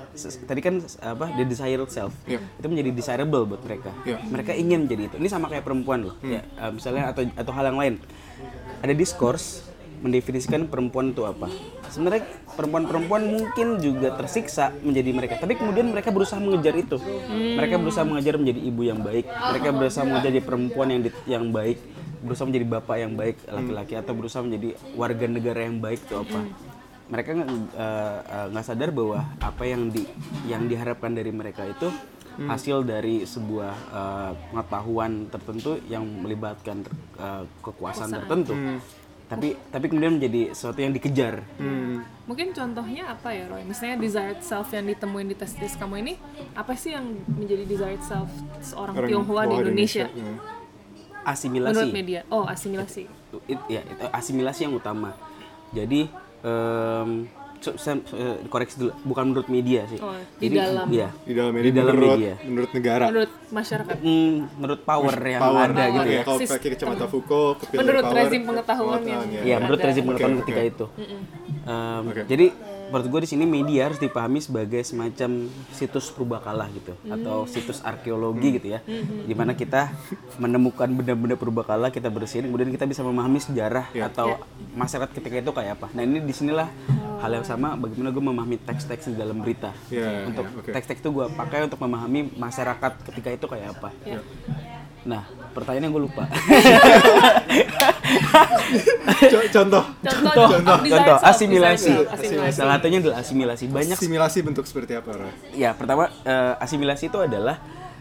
ses- tadi kan apa the desired self Yeah. itu menjadi desirable buat mereka. Yeah. Mereka ingin menjadi itu. Ini sama kayak perempuan loh. Hmm. Ya, uh, misalnya atau atau hal yang lain. Ada diskurs mendefinisikan perempuan itu apa. Sebenarnya perempuan-perempuan mungkin juga tersiksa menjadi mereka, tapi kemudian mereka berusaha mengejar itu. Hmm. Mereka berusaha mengejar menjadi ibu yang baik. Mereka berusaha mengejar jadi perempuan yang di, yang baik, berusaha menjadi bapak yang baik laki-laki atau berusaha menjadi warga negara yang baik itu apa. Mereka nggak uh, uh, sadar bahwa apa yang di yang diharapkan dari mereka itu hmm. hasil dari sebuah uh, pengetahuan tertentu yang melibatkan uh, kekuasaan tertentu. Hmm. Tapi tapi kemudian menjadi sesuatu yang dikejar. Hmm. Mungkin contohnya apa ya, Roy? Misalnya desired self yang ditemuin di tes-tes kamu ini, apa sih yang menjadi desired self seorang Orang Tionghoa di Indonesia? Indonesia. Asimilasi. Menurut media. Oh, asimilasi. It, ya, itu asimilasi yang utama. Jadi um, so, saya, uh, koreksi dulu, bukan menurut media sih. Oh, di Jadi, dalam ya, Di dalam media, di dalam menurut, media. menurut negara. Menurut masyarakat. Hmm, menurut power yang Power. ada gitu Oke, ya. kalau Sistem. pakai kacamata Foucault, kepilih Menurut power, rezim pengetahuan yang- ya. Iya, menurut ada. rezim pengetahuan Oke, ketika oke. itu. Um, Oke. Jadi menurut gue di sini media harus dipahami sebagai semacam situs purbakala gitu, atau situs arkeologi gitu ya, di mana kita menemukan benda-benda purbakala, kita bersihin, kemudian kita bisa memahami sejarah Yeah. atau masyarakat ketika itu kayak apa. Nah ini disinilah hal yang sama, bagaimana gue memahami teks-teks di dalam berita. Yeah, Untuk yeah, oke. teks-teks itu gue pakai untuk memahami masyarakat ketika itu kayak apa. Yeah. Nah pertanyaannya gue lupa. Co- Contoh. Contoh, Contoh, desired contoh self, asimilasi. desired self, asimilasi. Salah satunya adalah asimilasi. Banyak Simulasi bentuk seperti apa, Roy? ya. Pertama eh, asimilasi itu adalah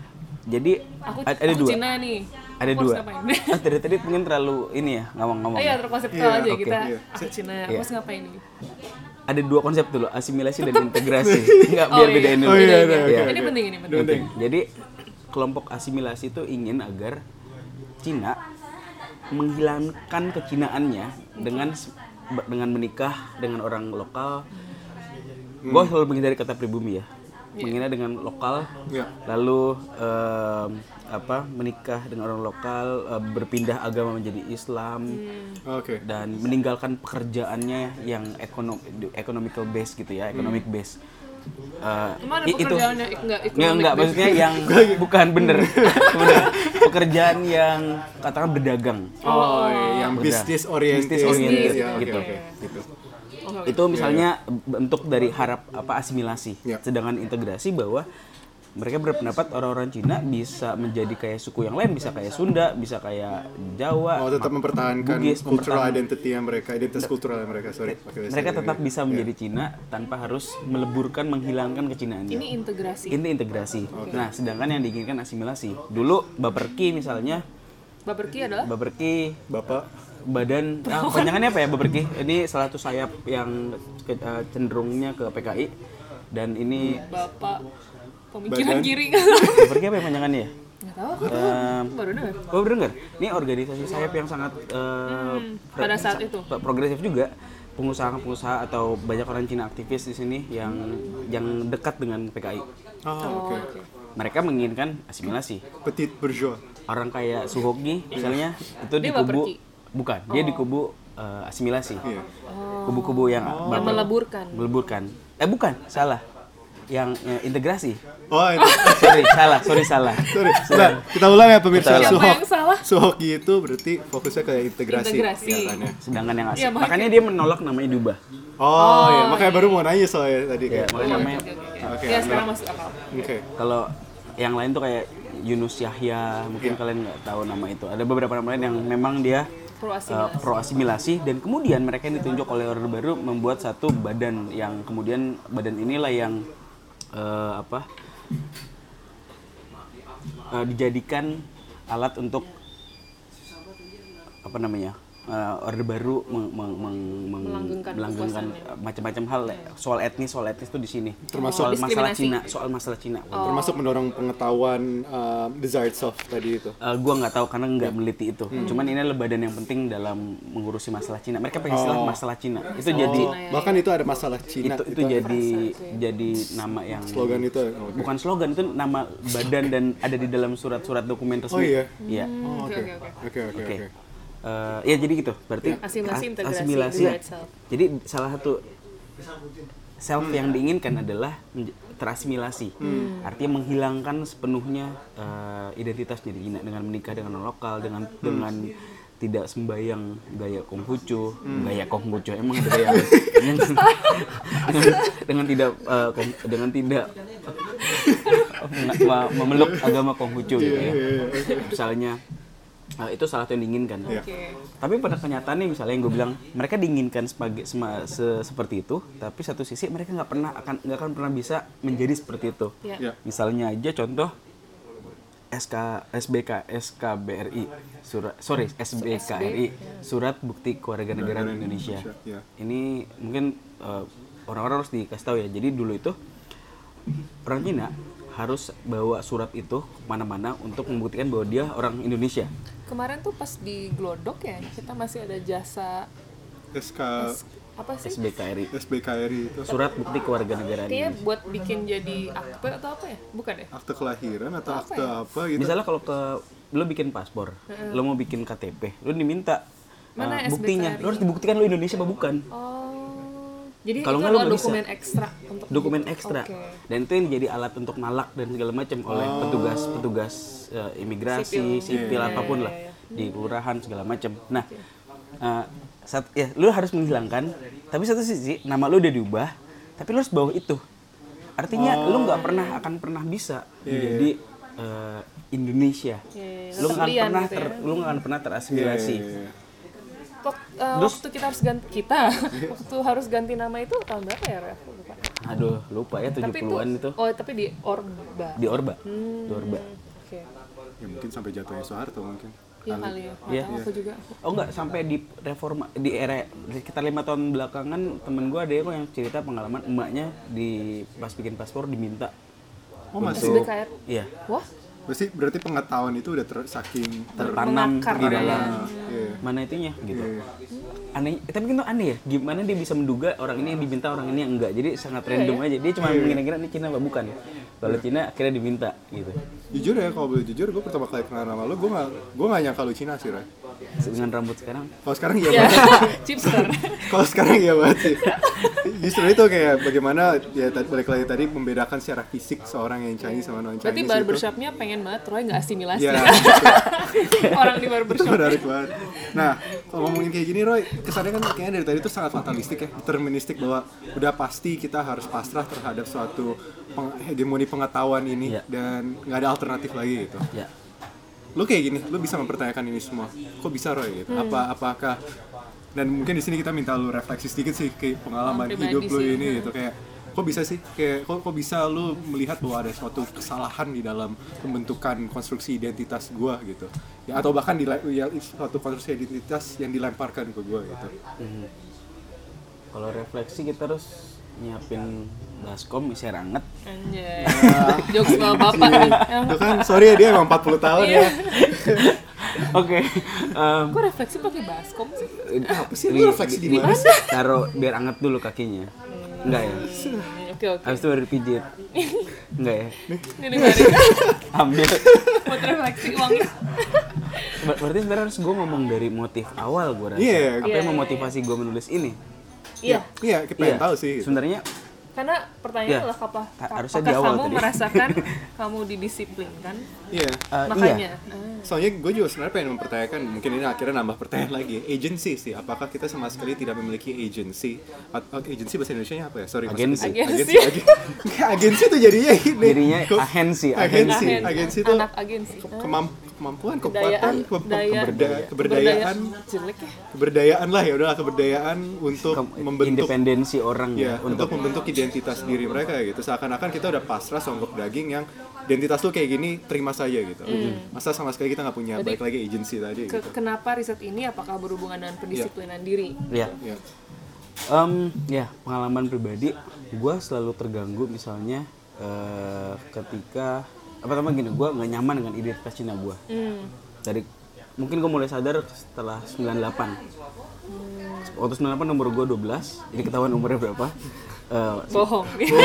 jadi Aku, ada, ada aku dua. Cina nih. Ada Aku dua. harus ngapain? Ah, dari tadi mungkin terlalu ini ya ngomong-ngomong. Oh iya, terkonseptual Iya, aja oke, kita. iya. Aku Cina, aku Iya. harus ngapain nih? Ada dua konsep dulu, asimilasi dan integrasi. Enggak Oh, biar iya. bedain dulu. Oh, iya, iya, Iya. Ini penting ini penting. Penting. Jadi kelompok asimilasi itu ingin agar Cina menghilangkan kecinaannya dengan dengan menikah dengan orang lokal. Hmm. Gue selalu menghindari kata pribumi ya. Menghina dengan lokal, Iya. lalu em, apa menikah dengan orang lokal, eh, berpindah agama menjadi Islam, Oke. dan meninggalkan pekerjaannya yang ekonom economical base gitu ya, economic base. Eh, Emang ada i- itu pekerjaannya ik- nggak Nggak, economic enggak, base? maksudnya yang bukan bener. Bener. Pekerjaan yang katakan berdagang. Oh, iya, yang Udah. bisnis oriented. Bisnis oriented, Ya, oke, gitu. oke, gitu. Oh, Itu misalnya bentuk dari harap apa asimilasi. Ya. Sedangkan integrasi bahwa mereka berpendapat orang-orang Cina bisa menjadi kayak suku yang lain, bisa kayak Sunda, bisa kayak Jawa. Oh, tetap Ma- mempertahankan Bugis, cultural mempertahankan- identity yang mereka, identitas kultural mereka. Sorry, pakai bahasa Mereka Inggris. tetap bisa Iya. menjadi Cina tanpa harus meleburkan, menghilangkan kecinaannya. Ini integrasi. Ini integrasi. Nah, sedangkan yang diinginkan asimilasi. Dulu Baperki misalnya, Baperki adalah Baperki Bapak. badan, ah, kepanjangannya apa ya Baperki? Ini salah satu sayap yang ke- eh, cenderungnya ke P K I, dan ini Bapak pemikiran Badan. kiri. Baperki apa ya panjangannya ya? Nggak tahu. Em, Baru dengar. Oh bener, ini organisasi sayap yang sangat eh, pro- pada saat itu. pro- progresif juga. Pengusaha-pengusaha atau banyak orang Cina aktivis di sini yang yang dekat dengan P K I. Oh, oke. Oke. Mereka menginginkan asimilasi. Petit bourgeois. Orang kayak Suhoki misalnya itu di Dia kubu, Baperki? bukan, dia di kubu eh, asimilasi. Iya. Kubu-kubu yang Yang Baper- meleburkan. meleburkan. Eh bukan, salah. Yang eh, integrasi. Oh, itu. Sorry, salah, sorry salah. Sorry. Nah, kita ulang ya pemirsa. Kita ulang. Siapa Suhok. yang salah? Suhoki itu berarti fokusnya ke integrasi. Integrasi. ya kan, ya? Sedangkan yang asli. Iya, makanya- Makanya dia menolak namanya diubah. Oh, iya. Makanya baru mau nanya soalnya tadi. Ya, kayak. makanya namanya. Oke, oke, oke. Oke, Ya anak. sekarang masuk akal. Oke. Kalau yang lain tuh kayak Yunus Yahya, mungkin Iya. kalian nggak tahu nama itu. Ada beberapa nama lain yang memang dia Pro uh, asimilasi. pro asimilasi, dan kemudian mereka yang ditunjuk oleh Orde Baru membuat satu badan yang kemudian badan inilah yang uh, apa uh, dijadikan alat untuk apa namanya uh, Orde Baru meng, meng, meng, meng- Melanggengkan melanggengkan kekuasaan. macam-macam hal soal etnis soal etnis tuh di sini. Termasuk- soal masalah Diskriminasi. Cina, soal masalah Cina. Termasuk mendorong pengetahuan uh, desired self tadi itu. Uh, gua nggak tahu karena nggak meneliti itu. Cuman ini adalah badan yang penting dalam mengurusi masalah Cina. Mereka pakai istilah Oh. masalah Cina. Itu jadi Oh, bahkan itu ada masalah Cina. itu itu jadi jadi nama yang slogan itu. Oh, oke. bukan slogan, itu nama badan dan ada di dalam surat-surat dokumen resmi. Oh, iya? Iya. Oh, Oke, oke. oke, oke. Oke, oke, Oke. oke. Eh, ya jadi gitu. Berarti Asimilasi, as- integrasi, asimilasi. desired self. Jadi salah satu self Hmm. yang diinginkan adalah menj- terasimilasi. Hmm. Artinya menghilangkan sepenuhnya uh, identitasnya di Cina dengan menikah dengan orang lokal, dengan Hmm. dengan tidak sembayang gaya Konghucu, Hmm. gaya Konghucu emang ada gaya dengan, dengan, dengan tidak uh, kong, dengan tidak uh, memeluk agama Konghucu gitu ya. Misalnya uh, itu salah satu yang diinginkan. Iya. Oke. Tapi pada kenyataannya misalnya yang gue bilang mereka diinginkan sebagai sema, se, seperti itu, tapi satu sisi mereka nggak pernah akan nggak akan pernah bisa menjadi seperti itu. Ya. Iya. Misalnya aja contoh S K S B K S K B R I surat sorry S B K R I surat bukti kewarganegaraan Indonesia. Iya. Ini mungkin uh, orang-orang harus dikasih tahu ya. Jadi dulu itu orang Cina harus bawa surat itu kemana-mana untuk membuktikan bahwa dia orang Indonesia. Kemarin tuh pas di Glodok ya, kita masih ada jasa S K S- apa sih? S B K R I S B K R I itu surat bukti kewarganegaraan Kayaknya Indonesia. buat bikin jadi akte atau apa ya? Bukan ya? akte kelahiran atau Apa akte ya? apa gitu. Misalnya kalau ke lo bikin paspor, lo mau bikin K T P, lo diminta Mana uh, S B K R I? buktinya, lo harus dibuktikan lo Indonesia apa bukan. Oh. Jadi Kalau itu nggak, lu adalah nggak bisa. dokumen ekstra untuk Dokumen gitu. ekstra. Oke. Dan itu yang jadi alat untuk nalak dan segala macam oleh petugas-petugas uh, imigrasi, Sipil. sipil, Iya, apapun iya, lah iya. di kelurahan segala macam. Nah, uh, saat ya lo harus menghilangkan, tapi satu sisi nama lo udah diubah, tapi lo harus bawa itu. Artinya lo nggak pernah akan pernah bisa menjadi uh, Indonesia. Iya, Lo nggak akan tetap pernah lian ter, gitu ya. lo nggak akan pernah terasimilasi. Iya, iya, iya. Wak- uh, Terus- waktu kita harus ganti kita waktu harus ganti nama itu tahun berapa ya, Ref? Lupa. Aduh, lupa ya tujuh Tapi itu puluhan itu. oh tapi di Orba. Di Orba. Hmm, Di Orba. Oke. Ya mungkin sampai jatuhnya Soeharto mungkin. Iya kali ya. Nggak Iya. tahu aku juga. Oh enggak, sampai di reforma di era sekitar lima tahun belakangan temen gue ada yang cerita pengalaman emaknya di pas bikin paspor diminta. Oh S masih. B K R. Iya, Wah, Berarti berarti pengetahuan itu udah ter, saking ter, tertanam Mengakar di ya. dalam Iya. mana itunya gitu. Iya. Aneh, tapi kan itu aneh ya, gimana dia bisa menduga orang ini yang diminta, orang ini yang enggak. Jadi sangat random aja. Dia cuma mengira-ngira ini Cina apa bukan. Kalau Cina akhirnya diminta gitu. Jujur ya, kalau boleh jujur, gue pertama kali kenal nama lo, gue gak, gue gak nyangka lo Cina sih, Ray. Dengan rambut sekarang. Kalau sekarang iya ya. banget. Chipster. Kalau sekarang iya banget sih. Justru itu kayak bagaimana, ya tadi balik lagi tadi, membedakan secara fisik seorang yang Chinese sama non-Chinese Berarti itu. barbershopnya pengen banget Roy nggak asimilasi. Iya. Orang di Itu barbershop. menarik banget. Nah, kalau ngomongin kayak gini, Roy, kesannya kan kayaknya dari tadi itu sangat fatalistik ya, deterministik, bahwa udah pasti kita harus pasrah terhadap suatu peng- hegemoni pengetahuan ini Iya. dan nggak ada alternatif lagi gitu. Ya. Lu kayak gini, lu bisa mempertanyakan ini semua. Kok bisa, Roy? Gitu? Apa apakah dan mungkin di sini kita minta lu refleksi sedikit sih ke pengalaman Oh, pribadi hidup lu sih. ini gitu, kayak kok bisa sih kayak kok, kok bisa lu melihat bahwa ada suatu kesalahan di dalam pembentukan konstruksi identitas gua gitu. Ya atau bahkan di ya, suatu konstruksi identitas yang dilemparkan ke gua gitu. Mhm. Kalau refleksi kita harus nyiapin baskom isi ranget. Anjay. Jokes sama bapak nih. Yang Itu kan sorry ya, dia emang empat puluh tahun Iya. ya. Oke. em, Kok refleksi pakai baskom sih? Apa sih lu refleksi di mana sih? Taruh biar anget dulu kakinya. Enggak ya? Hmm, Oke oke. Habis itu baru dipijit. Enggak ya? Ini dengerin. Ambil. Buat refleksi uangnya. Ber- Berarti sebenarnya harus gue ngomong dari motif awal gue rasa. Iya. Apa Iya, yang iya, memotivasi gue menulis ini? Iya. Iya, kita pengen tahu sih. Gitu. Sebenarnya Karena pertanyaannya Iya. adalah apa? Ha- harusnya Apakah di awal kamu tadi. merasakan kamu didisiplinkan? Iya. eh, Makanya. iya. Ah. Soalnya gue juga sebenarnya pengen mempertanyakan, mungkin ini akhirnya nambah pertanyaan lagi, agency sih, apakah kita sama sekali tidak memiliki agency? At- agency bahasa Indonesia apa ya? Sorry, bahasa Agensi. Inggris. Agensi. Agensi, agen- agensi tuh jadinya ini. Jadinya Kok- agensi, agensi, Agen- agensi itu anak agensi. ke- Ah. kemam- kemampuan, Kebudayaan, kekuatan, ke- ke- daya- keberda- keberdayaan, jelek ya. keberdayaan lah ya udahlah keberdayaan untuk Ke- membentuk independensi orang ya, ya, untuk untuk membentuk identitas diri mereka gitu. Seakan-akan kita udah pasrah songgok daging yang identitas tuh kayak gini, terima saja gitu. Masa sama sekali kita nggak punya Berarti baik lagi agency tadi Ke- gitu. kenapa riset ini apakah berhubungan dengan pendisiplinan diri? ya. Ya. Em, ya pengalaman pribadi, gue selalu terganggu misalnya eh, ketika apa namanya gini, gue nggak nyaman dengan identitas Cina gue. Hmm. Dari mungkin gue mulai sadar setelah sembilan puluh delapan. Waktu sembilan puluh delapan umur gue dua belas, jadi ketahuan umurnya berapa. Eh, Bohong.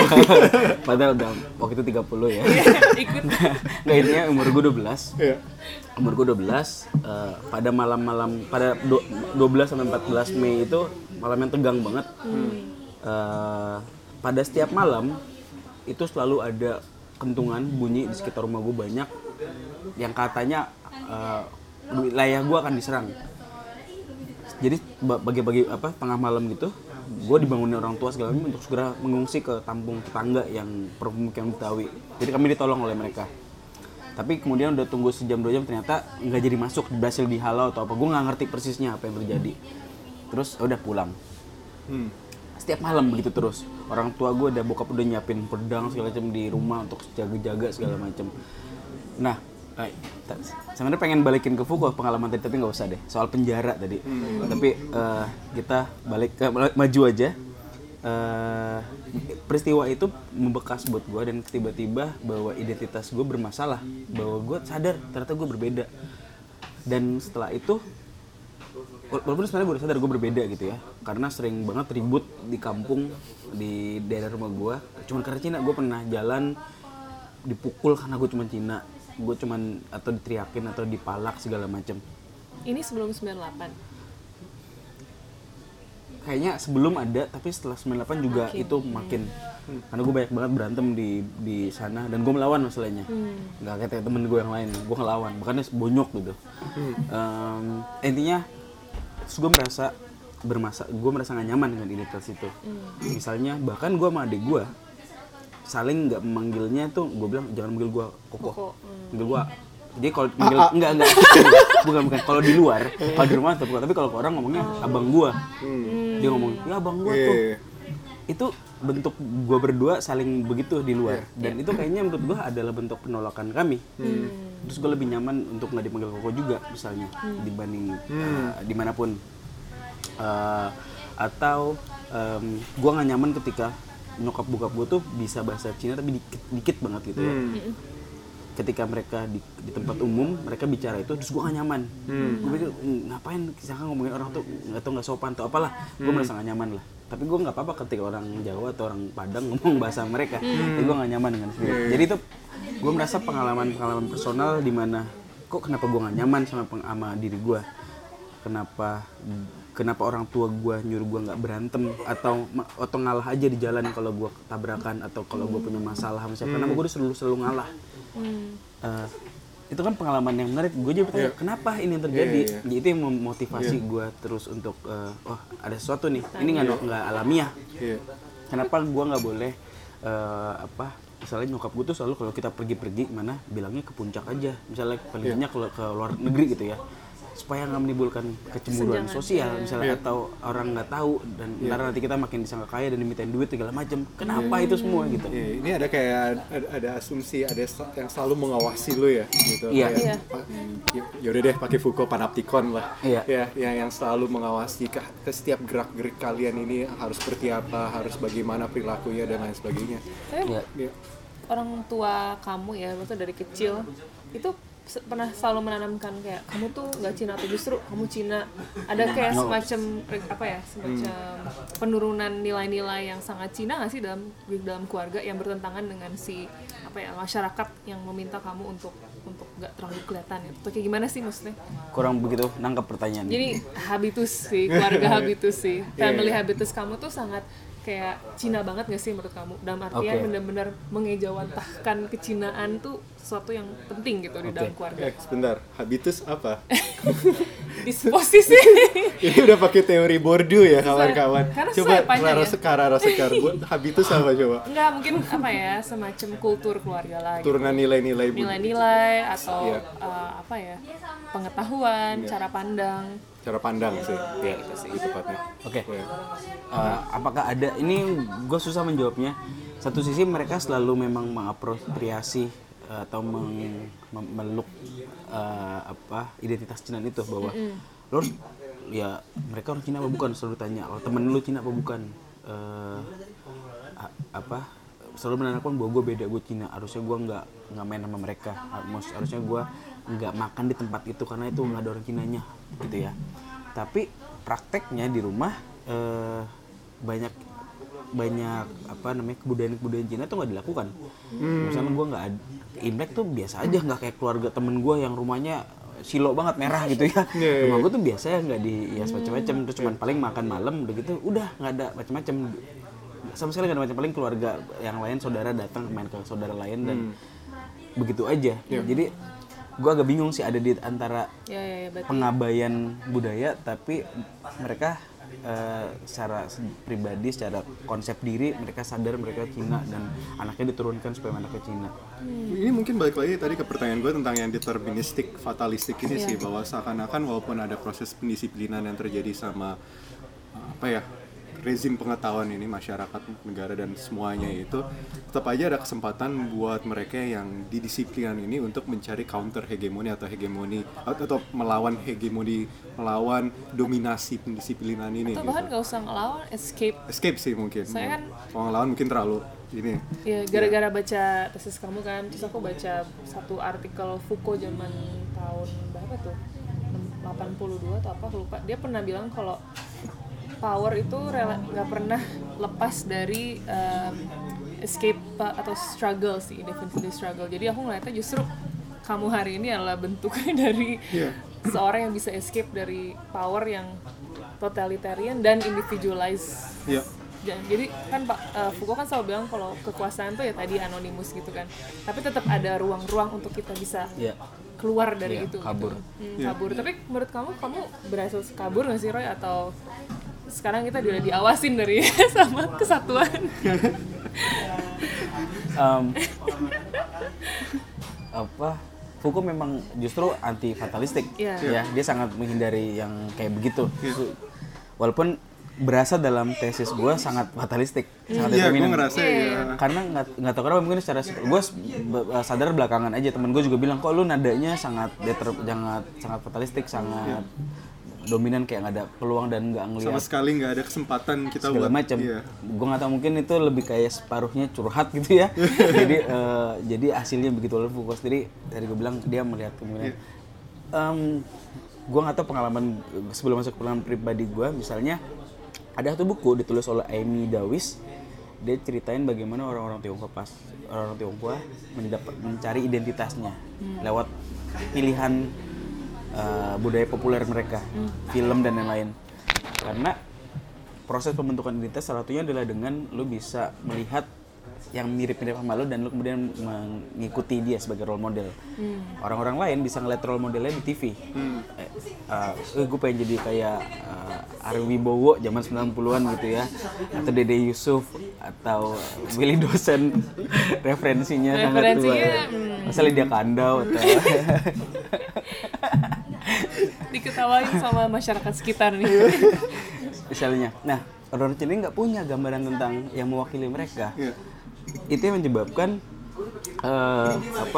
padahal udah waktu itu tiga puluh ya. Ikut. Nggak, intinya umur gue dua belas. Iya. Umur gue dua belas, eh, pada malam-malam pada dua belas sampai empat belas Mei itu malam yang tegang banget. Eh, pada setiap malam itu selalu ada kentungan bunyi di sekitar rumah gue banyak yang katanya uh, wilayah gue akan diserang. Jadi bagi-bagi apa tengah malam gitu, gue dibangunin orang tua segala macam untuk segera mengungsi ke kampung tetangga yang permukiman Betawi. Jadi kami ditolong oleh mereka. Tapi kemudian udah tunggu sejam dua jam ternyata nggak jadi masuk, berhasil dihalau atau apa. Gue nggak ngerti persisnya apa yang terjadi. Terus udah pulang. Hmm. Setiap malam begitu terus. Orang tua gue udah bokap udah nyiapin pedang segala macam di rumah untuk jaga-jaga segala macam. Nah, eh, sebenarnya pengen balikin ke Foucault pengalaman tadi tapi nggak usah deh. Soal penjara tadi. Hmm. Tapi uh, kita balik ke maju aja. Uh, peristiwa itu membekas buat gue dan tiba-tiba bahwa identitas gue bermasalah, bahwa gue sadar ternyata gue berbeda. Dan setelah itu walaupun sebenarnya gue udah sadar gue berbeda gitu ya, karena sering banget ribut di kampung di daerah rumah gue cuman karena Cina. Gue pernah jalan dipukul karena gue cuman Cina, gue cuman atau diteriakin atau dipalak segala macam. Ini sebelum sembilan puluh delapan? Kayaknya sebelum ada, tapi setelah sembilan puluh delapan juga makin. Itu makin hmm. Karena gue banyak banget berantem di di sana dan gue melawan masalahnya. hmm. Nggak kayak temen gue yang lain, gue ngelawan, bahkan bonyok gitu. hmm. um, Intinya terus gue merasa bermasa, gue merasa gak nyaman dengan identitas itu. hmm. Misalnya bahkan gue sama adik gue saling nggak memanggilnya tuh, gue bilang jangan manggil gue Koko, Koko. Hmm. manggil gue. Jadi kalau manggil ah, ah. enggak enggak bukan bukan kalau di luar, kalau di rumah tapi tapi kalau ke orang ngomongnya abang gue. hmm. Dia ngomong ya abang gue yeah. tuh. Itu bentuk gue berdua saling begitu di luar. yeah. Dan yeah. itu kayaknya menurut gue adalah bentuk penolakan kami. hmm. Terus gue lebih nyaman untuk nggak dipanggil Koko juga misalnya hmm. dibanding hmm. uh, dimanapun. Uh, atau um, gue nggak nyaman ketika nyokap bokap gue tuh bisa bahasa Cina tapi dikit, dikit banget gitu ya. Hmm. Ketika mereka di, di tempat umum mereka bicara itu terus gue gak nyaman. hmm. Gue pikir ngapain misalkan ngomongin orang tuh nggak tau nggak sopan atau apalah. hmm. Gue merasa gak nyaman lah. Tapi gue nggak apa-apa ketika orang Jawa atau orang Padang ngomong bahasa mereka. hmm. Tapi gue gak nyaman dengan sendiri. hmm. Jadi itu gue merasa pengalaman-pengalaman personal di mana kok kenapa gue gak nyaman sama, sama diri gue. Kenapa kenapa orang tua gue nyuruh gue nggak berantem atau atau ngalah aja di jalan kalau gue tabrakan atau kalau gue punya masalah sama siapa. Kenapa gue selalu selalu ngalah. Hmm. Uh, itu kan pengalaman yang menarik. Gue juga bertanya yeah. kenapa ini terjadi. yeah, yeah, yeah. Itu yang memotivasi yeah. gue terus untuk uh, oh ada sesuatu nih. Ini nggak yeah. nggak alamiah. yeah. Kenapa gue nggak boleh uh, apa misalnya nyokap gue tuh selalu kalau kita pergi-pergi mana bilangnya ke puncak aja. Misalnya palingnya yeah. ke, ke luar negeri gitu ya. Supaya nggak menimbulkan kecemburuan sosial misalnya yeah. atau orang nggak tahu dan yeah. ntar nanti kita makin disangka kaya dan dimintain duit segala macam. Kenapa yeah. itu semua gitu? Yeah. Ini ada kayak ada, ada asumsi ada yang selalu mengawasi lo ya gitu. Iya. Yeah. Yeah. Yaudah deh pakai Foucault Panopticon lah. Iya. Yeah. Ya yang yang selalu mengawasi ke, ke setiap gerak-gerik kalian ini harus seperti apa, harus bagaimana perilakunya dan lain sebagainya. Eh, yeah. Yeah. Orang tua kamu ya, maksudnya dari kecil itu pernah selalu menanamkan kayak kamu tuh nggak Cina atau justru kamu Cina, ada kayak semacam apa ya semacam hmm. penurunan nilai-nilai yang sangat Cina nggak sih dalam dalam keluarga yang bertentangan dengan si apa ya masyarakat yang meminta kamu untuk untuk nggak terlalu kelihatan ya atau kayak gimana sih maksudnya? Kurang begitu nangkep pertanyaan. Jadi habitus sih keluarga habitus sih family yeah. habitus kamu tuh sangat kayak Cina banget gak sih menurut kamu? Dalam artian okay. benar-benar mengejawantahkan kecinaan tuh sesuatu yang penting gitu okay. di dalam keluarga. Eh, sebentar, habitus apa? Disposisi. Ini udah pakai teori Bourdieu ya kawan-kawan. Coba Rara Sekar, Rara Sekar. Habitus apa coba? Enggak, mungkin apa ya, semacam kultur keluarga lah. Turunan gitu. nilai-nilai. Nilai-nilai atau yeah. uh, apa ya, pengetahuan, yeah. cara pandang. Cara pandang sih, ya itu sih tepatnya. Oke. Okay. Uh, apakah ada? Ini gue susah menjawabnya. Satu sisi mereka selalu memang mengapropriasi uh, atau meng, memeluk uh, apa identitas Cina itu bahwa mm-hmm. lo ya mereka orang Cina apa bukan, selalu tanya. Kalau temen lu Cina apa bukan? Uh, apa? Selalu menandakan bahwa gue beda, gue Cina. Harusnya gue nggak nggak main sama mereka. Harusnya gue nggak makan di tempat itu karena itu nggak ada orang Cinanya gitu ya. Tapi prakteknya di rumah eh, banyak banyak apa namanya kebudayaan-kebudayaan Cina tuh nggak dilakukan. Hmm. Misalnya gue nggak Imlek tuh biasa aja, nggak kayak keluarga temen gue yang rumahnya silo banget merah gitu ya. Yeah. Rumah gue tuh biasa ya nggak dihias macam-macam, terus cuman paling makan malam udah gitu, udah nggak ada macam-macam. sama sekali nggak ada macam, paling keluarga yang lain, saudara datang main ke saudara lain dan hmm. begitu aja. Yeah. Jadi gue agak bingung sih ada di antara ya, ya, ya, pengabaian budaya tapi mereka uh, secara pribadi, secara konsep diri mereka sadar mereka Cina dan anaknya diturunkan supaya anaknya Cina. Hmm. Ini mungkin balik lagi tadi ke pertanyaan gue tentang yang deterministik, fatalistik ini yeah. sih, bahwa seakan-akan walaupun ada proses pendisiplinan yang terjadi sama apa ya rezim pengetahuan ini, masyarakat, negara dan semuanya itu, tetap aja ada kesempatan buat mereka yang didisiplinan ini untuk mencari counter hegemoni atau hegemoni atau melawan hegemoni, melawan dominasi pendisiplinan ini. Atau bahkan nggak gitu. Usah ngelawan, escape. Escape sih mungkin. Saya kan kalau ngelawan mungkin terlalu ini. Ya gara-gara baca tesis kamu kan, terus aku baca satu artikel Foucault zaman tahun berapa tuh? delapan puluh dua atau apa, aku lupa. Dia pernah bilang kalau power itu nggak pernah lepas dari um, escape atau struggle sih, definitely struggle. Jadi aku ngeliatnya justru kamu hari ini adalah bentuknya dari yeah. seorang yang bisa escape dari power yang totalitarian dan individualized. Yeah. Jadi kan Pak uh, Foucault kan selalu bilang kalau kekuasaan tuh ya tadi anonimus gitu kan, tapi tetap ada ruang-ruang untuk kita bisa yeah. keluar dari yeah, itu. Kabur. Gitu. Hmm, yeah. Kabur. Tapi menurut kamu, kamu berhasil kabur nggak sih Roy, atau sekarang kita udah diawasin dari sama kesatuan? um, apa Foucault memang justru anti fatalistik yeah. ya, dia sangat menghindari yang kayak begitu yeah. walaupun berasa dalam tesis gue sangat fatalistik, mm. sangat yeah, determinan. Gue ngerasa ya. Karena nggak nggak tahu kenapa mungkin secara gue sadar belakangan aja, temen gue juga bilang kok lu nadanya sangat deter, sangat sangat fatalistik, sangat yeah. dominan, kayak nggak ada peluang dan nggak ngelihat sama sekali, nggak ada kesempatan kita segala buat macam. Iya. Gue nggak tahu, mungkin itu lebih kayak separuhnya curhat gitu ya. jadi uh, jadi hasilnya begitu. Lalu Foucault sendiri dari gue bilang dia melihat kemudian. Yeah. Um, gue nggak tahu pengalaman sebelum masuk pengalaman pribadi gue, misalnya ada satu buku ditulis oleh Amy Dawes. Dia ceritain bagaimana orang-orang Tionghoa pas orang-orang Tionghoa mendapat mencari identitasnya hmm. lewat pilihan Uh, budaya populer mereka, hmm. film dan lain-lain. Karena proses pembentukan identitas salah satunya adalah dengan lu bisa melihat yang mirip-mirip sama lu dan lu kemudian mengikuti dia sebagai role model. Hmm. Orang-orang lain bisa ngeliat role modelnya di T V. Hmm. Eh, uh, eh, gue pengen jadi kayak uh, Ari Wibowo zaman sembilan puluhan gitu ya, atau Dede Yusuf atau Willy Dosen. Referensinya sangat tua. Hmm. Misalnya dia Kandau atau diketawain sama masyarakat sekitar nih. Misalnya, nah orang Cina nggak punya gambaran tentang yang mewakili mereka. Yeah. Itu yang menyebabkan uh, apa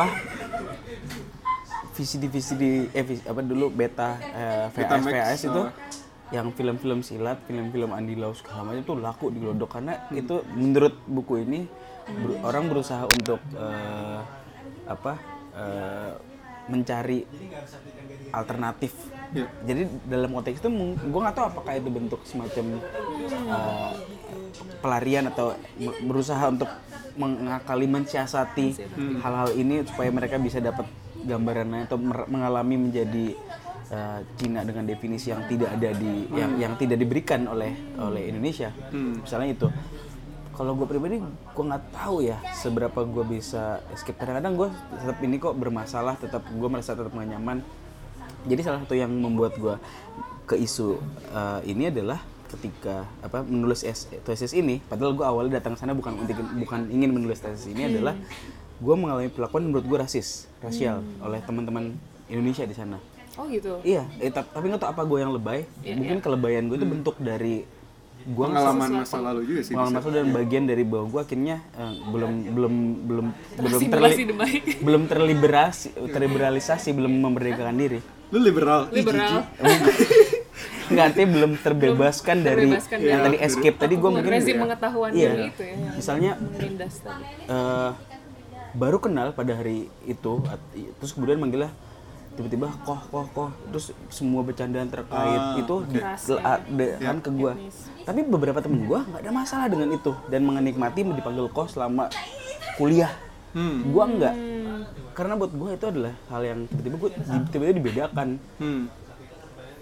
V C D V C D eh apa dulu beta uh, V H S V H S itu yang film-film silat, film-film Andi Lau segala macam itu laku di Glodok karena hmm. itu menurut buku ini ber, orang berusaha untuk uh, apa uh, mencari alternatif. Yeah. Jadi dalam konteks itu gue nggak tahu apakah itu bentuk semacam uh, pelarian atau berusaha untuk mengakali, mensiasati hmm. hal-hal ini supaya mereka bisa dapat gambarannya atau mengalami menjadi uh, Cina dengan definisi yang tidak ada di hmm. yang yang tidak diberikan oleh oleh Indonesia. Hmm. Misalnya itu. Kalau gue pribadi, gue nggak tahu ya seberapa gue bisa escape. Kadang-kadang gue tetap ini kok bermasalah, tetap gue merasa tetap nggak nyaman. Jadi salah satu yang membuat gue ke isu uh, ini adalah ketika apa menulis tesis ini. Padahal gue awalnya datang ke sana bukan bukan ingin menulis tesis ini, hmm. adalah gue mengalami perlakuan menurut gue rasis, rasial hmm. oleh teman-teman Indonesia di sana. Oh gitu. Iya, eh, tapi nggak tahu apa gue yang lebay. Yeah, mungkin yeah. kelebayan gue itu hmm. bentuk dari gua pengalaman masa lalu juga sih. Pengalaman masa dan bagian dari bahwa gue akhirnya uh, belum belum belum belum terli, belum terliberasi terliberalisasi, belum memerdekakan diri. Lu liberal. Liberal. Nggak, artinya belum terbebaskan belum dari terbebaskan yang ya, tadi escape tadi gue mungkin rezim pengetahuan iya, itu ya. Misalnya uh, baru kenal pada hari itu, terus kemudian manggilnya tiba-tiba koh koh koh terus semua bercandaan terkait ah, itu okay. dilakukan ke gue. Tapi beberapa temen gue nggak ada masalah dengan itu dan menikmati dipanggil koh selama kuliah. Hmm. Gue enggak, karena buat gue itu adalah hal yang tiba-tiba gue tiba-tiba dibedakan. Hmm.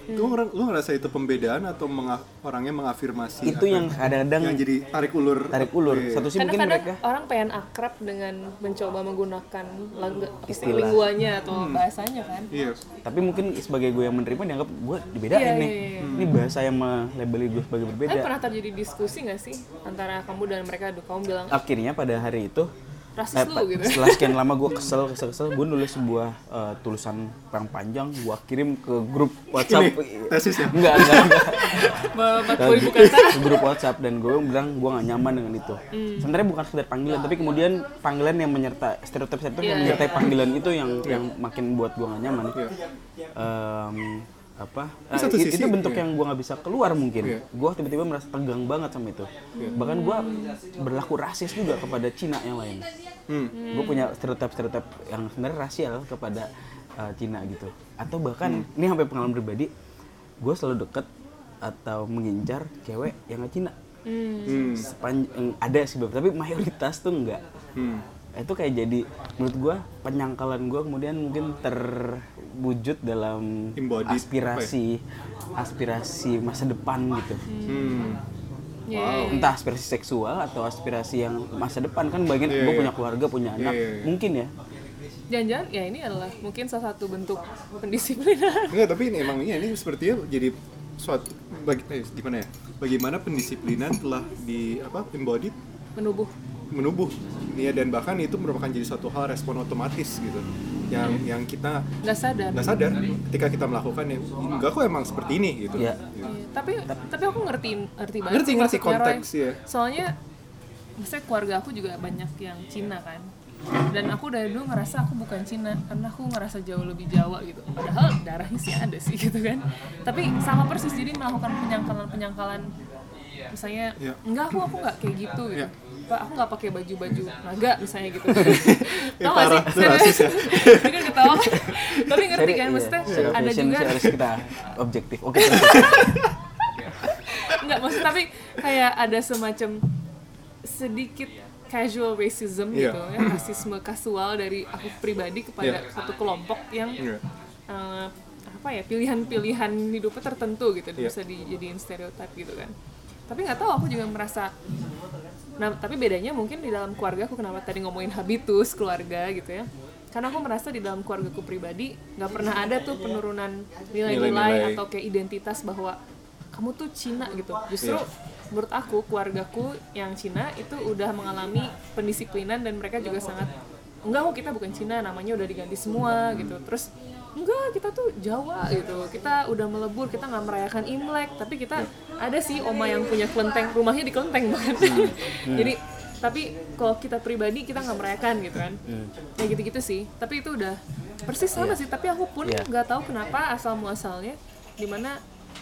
Hmm. Lu, lu ngerasa itu pembedaan atau menga- orangnya mengafirmasi? Itu yang kadang-kadang yang jadi tarik ulur. Tarik ulur. Okay. Satu sih Karena mungkin kadang mereka orang pengen akrab dengan mencoba menggunakan istilah linguanya atau hmm. bahasanya kan. Iya. Tapi mungkin sebagai gue yang menerima dianggap gue dibedain iya, nih. Iya, iya. Hmm. Ini bahasa yang melabeli gue sebagai berbeda. Tapi pernah terjadi diskusi nggak sih antara kamu dan mereka? Aduh, kamu bilang akhirnya pada hari itu rasis eh, lu gitu. Setelah sekian lama gue kesel kesel kesel gue nulis sebuah uh, tulisan yang panjang gue kirim ke grup WhatsApp. Ini tesis ya? Enggak enggak enggak. empat puluh ribu kata. Ke grup WhatsApp dan gue bilang gue gak nyaman dengan itu. Hmm. Sebenarnya bukan sekedar panggilan tapi kemudian panggilan yang menyertai stereotip stereotip yeah, yang menyertai yeah. panggilan itu yang yeah. yang makin buat gue gak nyaman. Yeah. Um, apa uh, it, itu bentuk yeah. yang gue nggak bisa keluar mungkin. Yeah. Gue tiba-tiba merasa tegang banget sama itu. Yeah. Bahkan gue berlaku rasis juga kepada Cina yang lain. Hmm. Gue punya stereotip-stereotip yang sebenarnya rasial kepada uh, Cina gitu. Atau bahkan hmm. ini sampai pengalaman pribadi, gue selalu deket atau mengincar cewek yang nggak Cina. Hmm. Sepanjang ada sih tapi mayoritas tuh enggak. Hmm. Itu kayak jadi menurut gue penyangkalan gue kemudian mungkin terwujud dalam Embodied, aspirasi ya? aspirasi masa depan gitu. Hmm. Wow. Entah aspirasi seksual atau aspirasi yang masa depan kan bagian yeah, gue punya keluarga punya anak yeah, yeah, yeah. mungkin ya. Jangan-jangan ya ini adalah mungkin salah satu bentuk pendisiplinan. Enggak tapi ini emang ini, ini sepertinya jadi suatu bagi, eh, gimana ya? Bagaimana pendisiplinan telah di apa embodied menubuh menubuh ya dan bahkan itu merupakan jadi suatu hal respon otomatis gitu yang hmm. yang kita nggak sadar nggak sadar ketika kita melakukan ya enggak kok emang seperti ini gitu ya. Ya. tapi tapi aku ngerti ngerti banget ngerti ngerti konteks ya soalnya misalnya keluarga aku juga banyak yang Cina kan dan aku dari dulu ngerasa aku bukan Cina karena aku ngerasa jauh lebih Jawa gitu padahal darahnya sih ada sih gitu kan tapi sama persis jadi melakukan penyangkalan penyangkalan misalnya ya. enggak aku aku nggak kayak gitu gitu ya. Pak, aku nggak pakai baju-baju naga misalnya gitu. Tau nggak sih? Serius ya? Ini kan ketawa. Tapi ngerti kan maksudnya iya. ada juga. Harus kita objektif. Oke. Okay. Enggak maksud tapi kayak ada semacam sedikit casual racism yeah. gitu ya, rasisme kasual dari aku pribadi kepada yeah. satu kelompok yang yeah. uh, apa ya pilihan-pilihan hidupnya tertentu gitu yeah. bisa dijadiin stereotip gitu kan. Tapi nggak tahu aku juga merasa nah tapi bedanya mungkin di dalam keluarga aku kenapa tadi ngomongin habitus keluarga gitu ya karena aku merasa di dalam keluargaku pribadi nggak pernah ada tuh penurunan nilai-nilai atau kayak identitas bahwa kamu tuh Cina gitu justru yeah. menurut aku keluargaku yang Cina itu udah mengalami pendisiplinan dan mereka juga sangat enggak kok kita bukan Cina namanya udah diganti semua gitu terus enggak kita tuh Jawa gitu kita udah melebur kita nggak merayakan Imlek tapi kita ada sih oma yang punya kelenteng rumahnya di kelenteng bahkan hmm. jadi tapi kalau kita pribadi kita nggak merayakan gitu kan hmm. ya gitu-gitu sih tapi itu udah persis sama yeah. sih tapi aku pun nggak yeah. tahu kenapa asal muasalnya dimana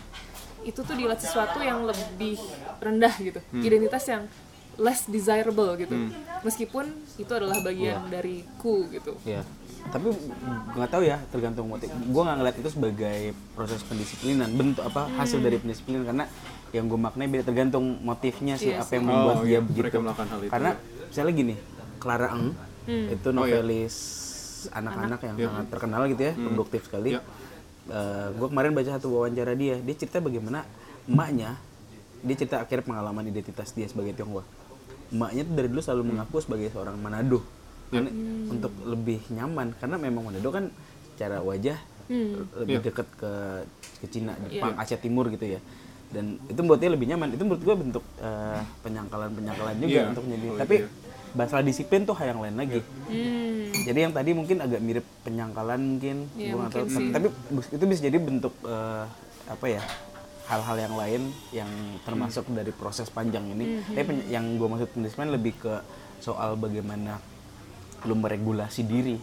itu tuh dilihat sesuatu yang lebih rendah gitu hmm. identitas yang less desirable gitu hmm. meskipun itu adalah bagian yeah. dari ku gitu yeah. Tapi nggak tahu ya tergantung motif. Gue nggak ngeliat itu sebagai proses pendisiplinan, bentuk apa hasil hmm. dari pendisiplinan karena yang gue maknai beda tergantung motifnya sih yes. apa yang membuat oh, dia iya. begitu. Karena misalnya gini, Clara Eng hmm. itu novelis oh, iya. anak-anak yang yeah. sangat terkenal gitu ya, hmm. produktif sekali. Yeah. Uh, gue kemarin baca satu wawancara dia, dia cerita bagaimana emaknya, dia cerita akhir pengalaman identitas dia sebagai Tionghoa. Emaknya tuh dari dulu selalu mengaku sebagai seorang Manado. Karena hmm. untuk lebih nyaman karena memang Manado kan secara wajah hmm. lebih yeah. dekat ke ke Cina, Jepang, yeah. Asia Timur gitu ya. Dan itu membuat dia lebih nyaman. Itu menurut gue bentuk uh, penyangkalan-penyangkalan juga yeah. untuk menjadi. Oh, tapi yeah. masalah disiplin tuh hal yang lain lagi. Yeah. Hmm. Jadi yang tadi mungkin agak mirip penyangkalan mungkin, yeah, gua mungkin tahu. Tapi itu bisa jadi bentuk uh, apa ya? Hal-hal yang lain yang termasuk hmm. dari proses panjang ini. Hmm. Tapi yang gue maksud pendisiplinan lebih ke soal bagaimana belum meregulasi diri.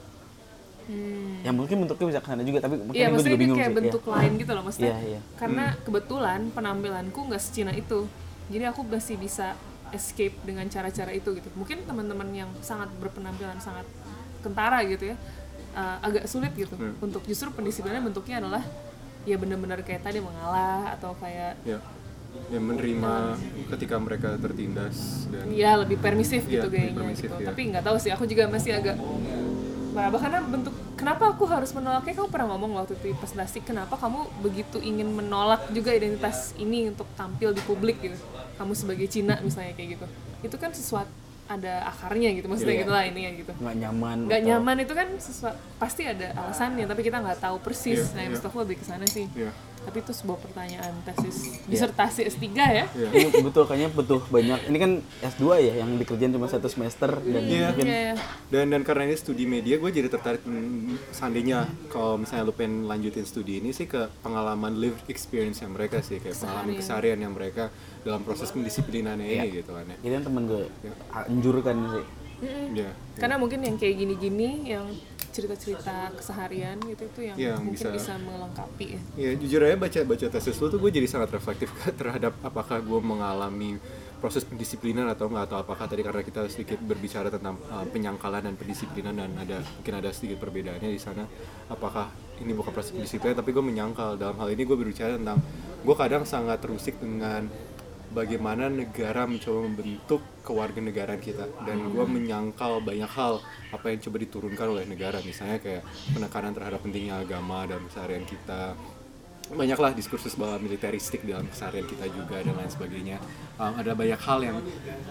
Hmm. Ya mungkin bentuknya bisa kesana juga, tapi mungkin ya, gue juga bingung sih. Iya, kayak bentuk ya. lain gitu loh maksudnya. Ya, ya. Karena hmm. kebetulan penampilanku nggak secina itu, jadi aku masih bisa escape dengan cara-cara itu gitu. Mungkin teman-teman yang sangat berpenampilan sangat kentara gitu ya, uh, agak sulit gitu. Hmm. Untuk justru pendisiplinan bentuknya adalah ya benar-benar kayak tadi mengalah atau kayak. Ya. yang menerima hmm. ketika mereka tertindas dan ya lebih permisif ya, gitu kayaknya permisif, gitu. Ya. Tapi nggak tahu sih aku juga masih agak meraba karena bentuk kenapa kenapa aku harus menolaknya? Kamu pernah ngomong waktu itu di presentasi, kenapa kamu begitu ingin menolak juga identitas ini untuk tampil di publik gitu? Kamu sebagai Cina misalnya kayak gitu. Itu kan sesuatu ada akarnya gitu, maksudnya yeah. gitu lah ininya gitu. Nggak nyaman. Nggak atau... nyaman itu kan sesuatu pasti ada alasannya, tapi kita nggak tahu persis. Yeah, nah, yang yeah. maksud aku lebih ke sana sih. Yeah. Tapi itu sebuah pertanyaan tesis disertasi S tiga ya. Yeah. Ini betul, kayaknya butuh banyak. Ini kan S dua ya yang dikerjain cuma satu semester dan Iya. mungkin Iya, iya. Dan dan karena ini studi media, gue jadi tertarik hmm, seandainya kalau misalnya lu pengen lanjutin studi ini sih ke pengalaman lived experience yang mereka sih, kayak pengalaman keseharian yang mereka dalam proses pendisiplinannya ini gitu kan ya. Jadi kan temen gue anjurkan sih. Iya. Karena mungkin yang kayak gini-gini, yang cerita-cerita keseharian gitu itu yang Yang mungkin bisa- bisa, melengkapi ya. Ya jujur aja baca baca tesis lu tuh gue jadi sangat reflektif terhadap apakah gue mengalami proses pendisiplinan atau enggak, atau apakah tadi karena kita sedikit berbicara tentang uh, penyangkalan dan pendisiplinan dan ada mungkin ada sedikit perbedaannya di sana, apakah ini bukan proses pendisiplinan tapi gue menyangkal. Dalam hal ini gue berbicara tentang gue kadang sangat terusik dengan bagaimana negara mencoba membentuk kewarganegaraan kita, dan gue menyangkal banyak hal apa yang coba diturunkan oleh negara, misalnya kayak penekanan terhadap pentingnya agama dalam keseharian kita. Banyaklah diskursus bahwa militeristik dalam keseharian kita juga dan lain sebagainya. Um, ada banyak hal yang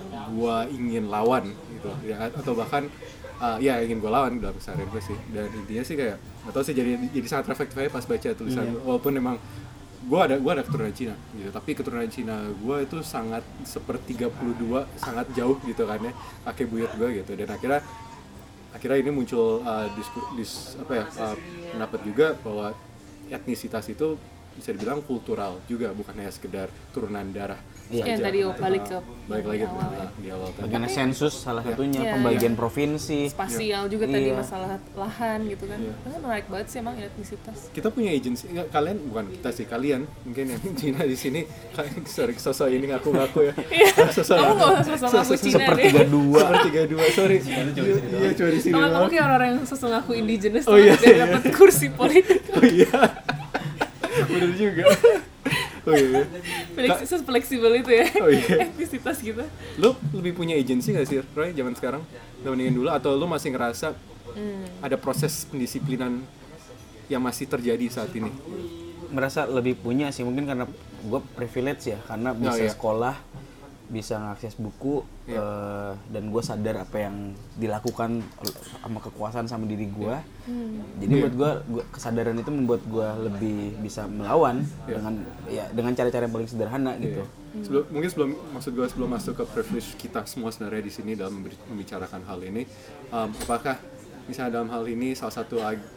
gue ingin lawan gitu ya, atau bahkan uh, ya ingin gue lawan dalam keseharian gue sih. Dan intinya sih kayak atau sih jadi jadi sangat reflektif aja pas baca tulisan Hmm. walaupun emang gue ada gue ada keturunan Cina gitu, tapi keturunan Cina gue itu sangat sepertiga puluh dua, sangat jauh gitu kan ya, kakek buyut gue gitu. Dan akhirnya akhirnya ini muncul uh, disku, dis, apa ya uh, pendapat juga bahwa etnisitas itu bisa dibilang kultural juga, bukan hanya sekedar turunan darah. Iya. Yang tadi balik ke balik yang lagi di awal ya. di awal tadi. Bagaimana sensus salah satunya, Iya, pembagian provinsi. Spasial juga tadi Iya. masalah lahan gitu kan. Iya. Itu menarik banget sih emang etnisitas. Kita punya agensi, nggak, kalian bukan kita sih, kalian mungkin yang Cina di sini. Sorry, sosok ini ngaku-ngaku ya. Sosok Kamu nggak usah sosok ngaku Cina deh. Sepertiga dua. Sepertiga dua, sorry. Iya, cuma di sini Kalau kamu doang. kayak orang yang sosok ngaku indigenous Oh, tuh iya, biar iya. dapat kursi politik. Oh iya. Bener juga. Oh iya. Fleksibel fleksibel itu ya. Oh, iya. Etnisitas gitu. Lu lebih punya agensi gak sih, Roy, zaman sekarang dibandingin dulu, atau lu masih ngerasa Hmm. ada proses pendisiplinan yang masih terjadi saat ini? Merasa lebih punya sih, mungkin karena gue privilege ya, karena bisa iya. sekolah, bisa ngakses buku, Iya. eh, dan gue sadar apa yang dilakukan sama kekuasaan sama diri gue. Jadi Iya. buat gue, gua, kesadaran itu membuat gue lebih bisa melawan Iya. dengan ya dengan cara-cara yang paling sederhana gitu. Sebelum, mungkin sebelum maksud gue sebelum masuk ke privilege kita semua sebenarnya di sini dalam member- membicarakan hal ini, um, apakah misalnya dalam hal ini salah satu ag-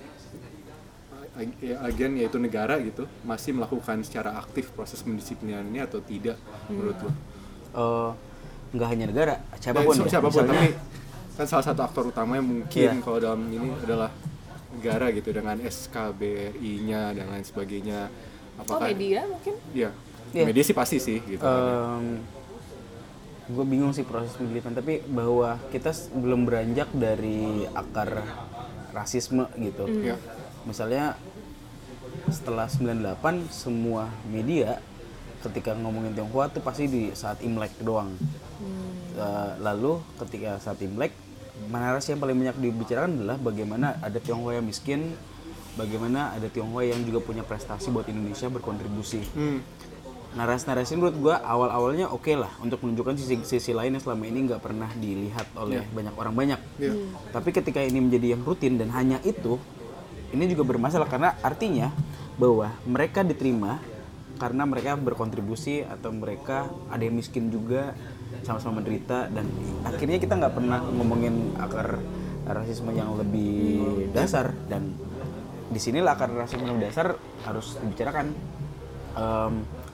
ag- ya, agen yaitu negara gitu masih melakukan secara aktif proses pendisiplinan ini atau tidak menurut lo? Eh, nggak hanya negara, siapapun Ya, ya. siapapun, Misalnya, tapi kan salah satu aktor utamanya mungkin Iya. kalau dalam ini adalah negara gitu dengan S K B R I-nya dan lain sebagainya. Oh Apakah media mungkin? Iya. Iya. Media sih pasti sih gitu kan. gue bingung sih proses penelitian, tapi bahwa kita s- belum beranjak dari akar rasisme gitu. Iya. Misalnya setelah sembilan puluh delapan semua media ketika ngomongin Tionghoa tuh pasti di saat Imlek doang. Eh, lalu ketika saat Imlek, narasi yang paling banyak dibicarakan adalah bagaimana ada Tionghoa yang miskin, bagaimana ada Tionghoa yang juga punya prestasi buat Indonesia, berkontribusi. Hmm. Narasi-narasi menurut gue awal-awalnya oke lah untuk menunjukkan sisi-sisi lain yang selama ini nggak pernah dilihat oleh banyak orang banyak. Iya. Tapi ketika ini menjadi yang rutin dan hanya itu, ini juga bermasalah karena artinya bahwa mereka diterima karena mereka berkontribusi atau mereka ada yang miskin juga, sama-sama menderita, dan akhirnya kita nggak pernah ngomongin akar rasisme yang lebih dasar, dan disinilah akar rasisme yang dasar harus dibicarakan. Em,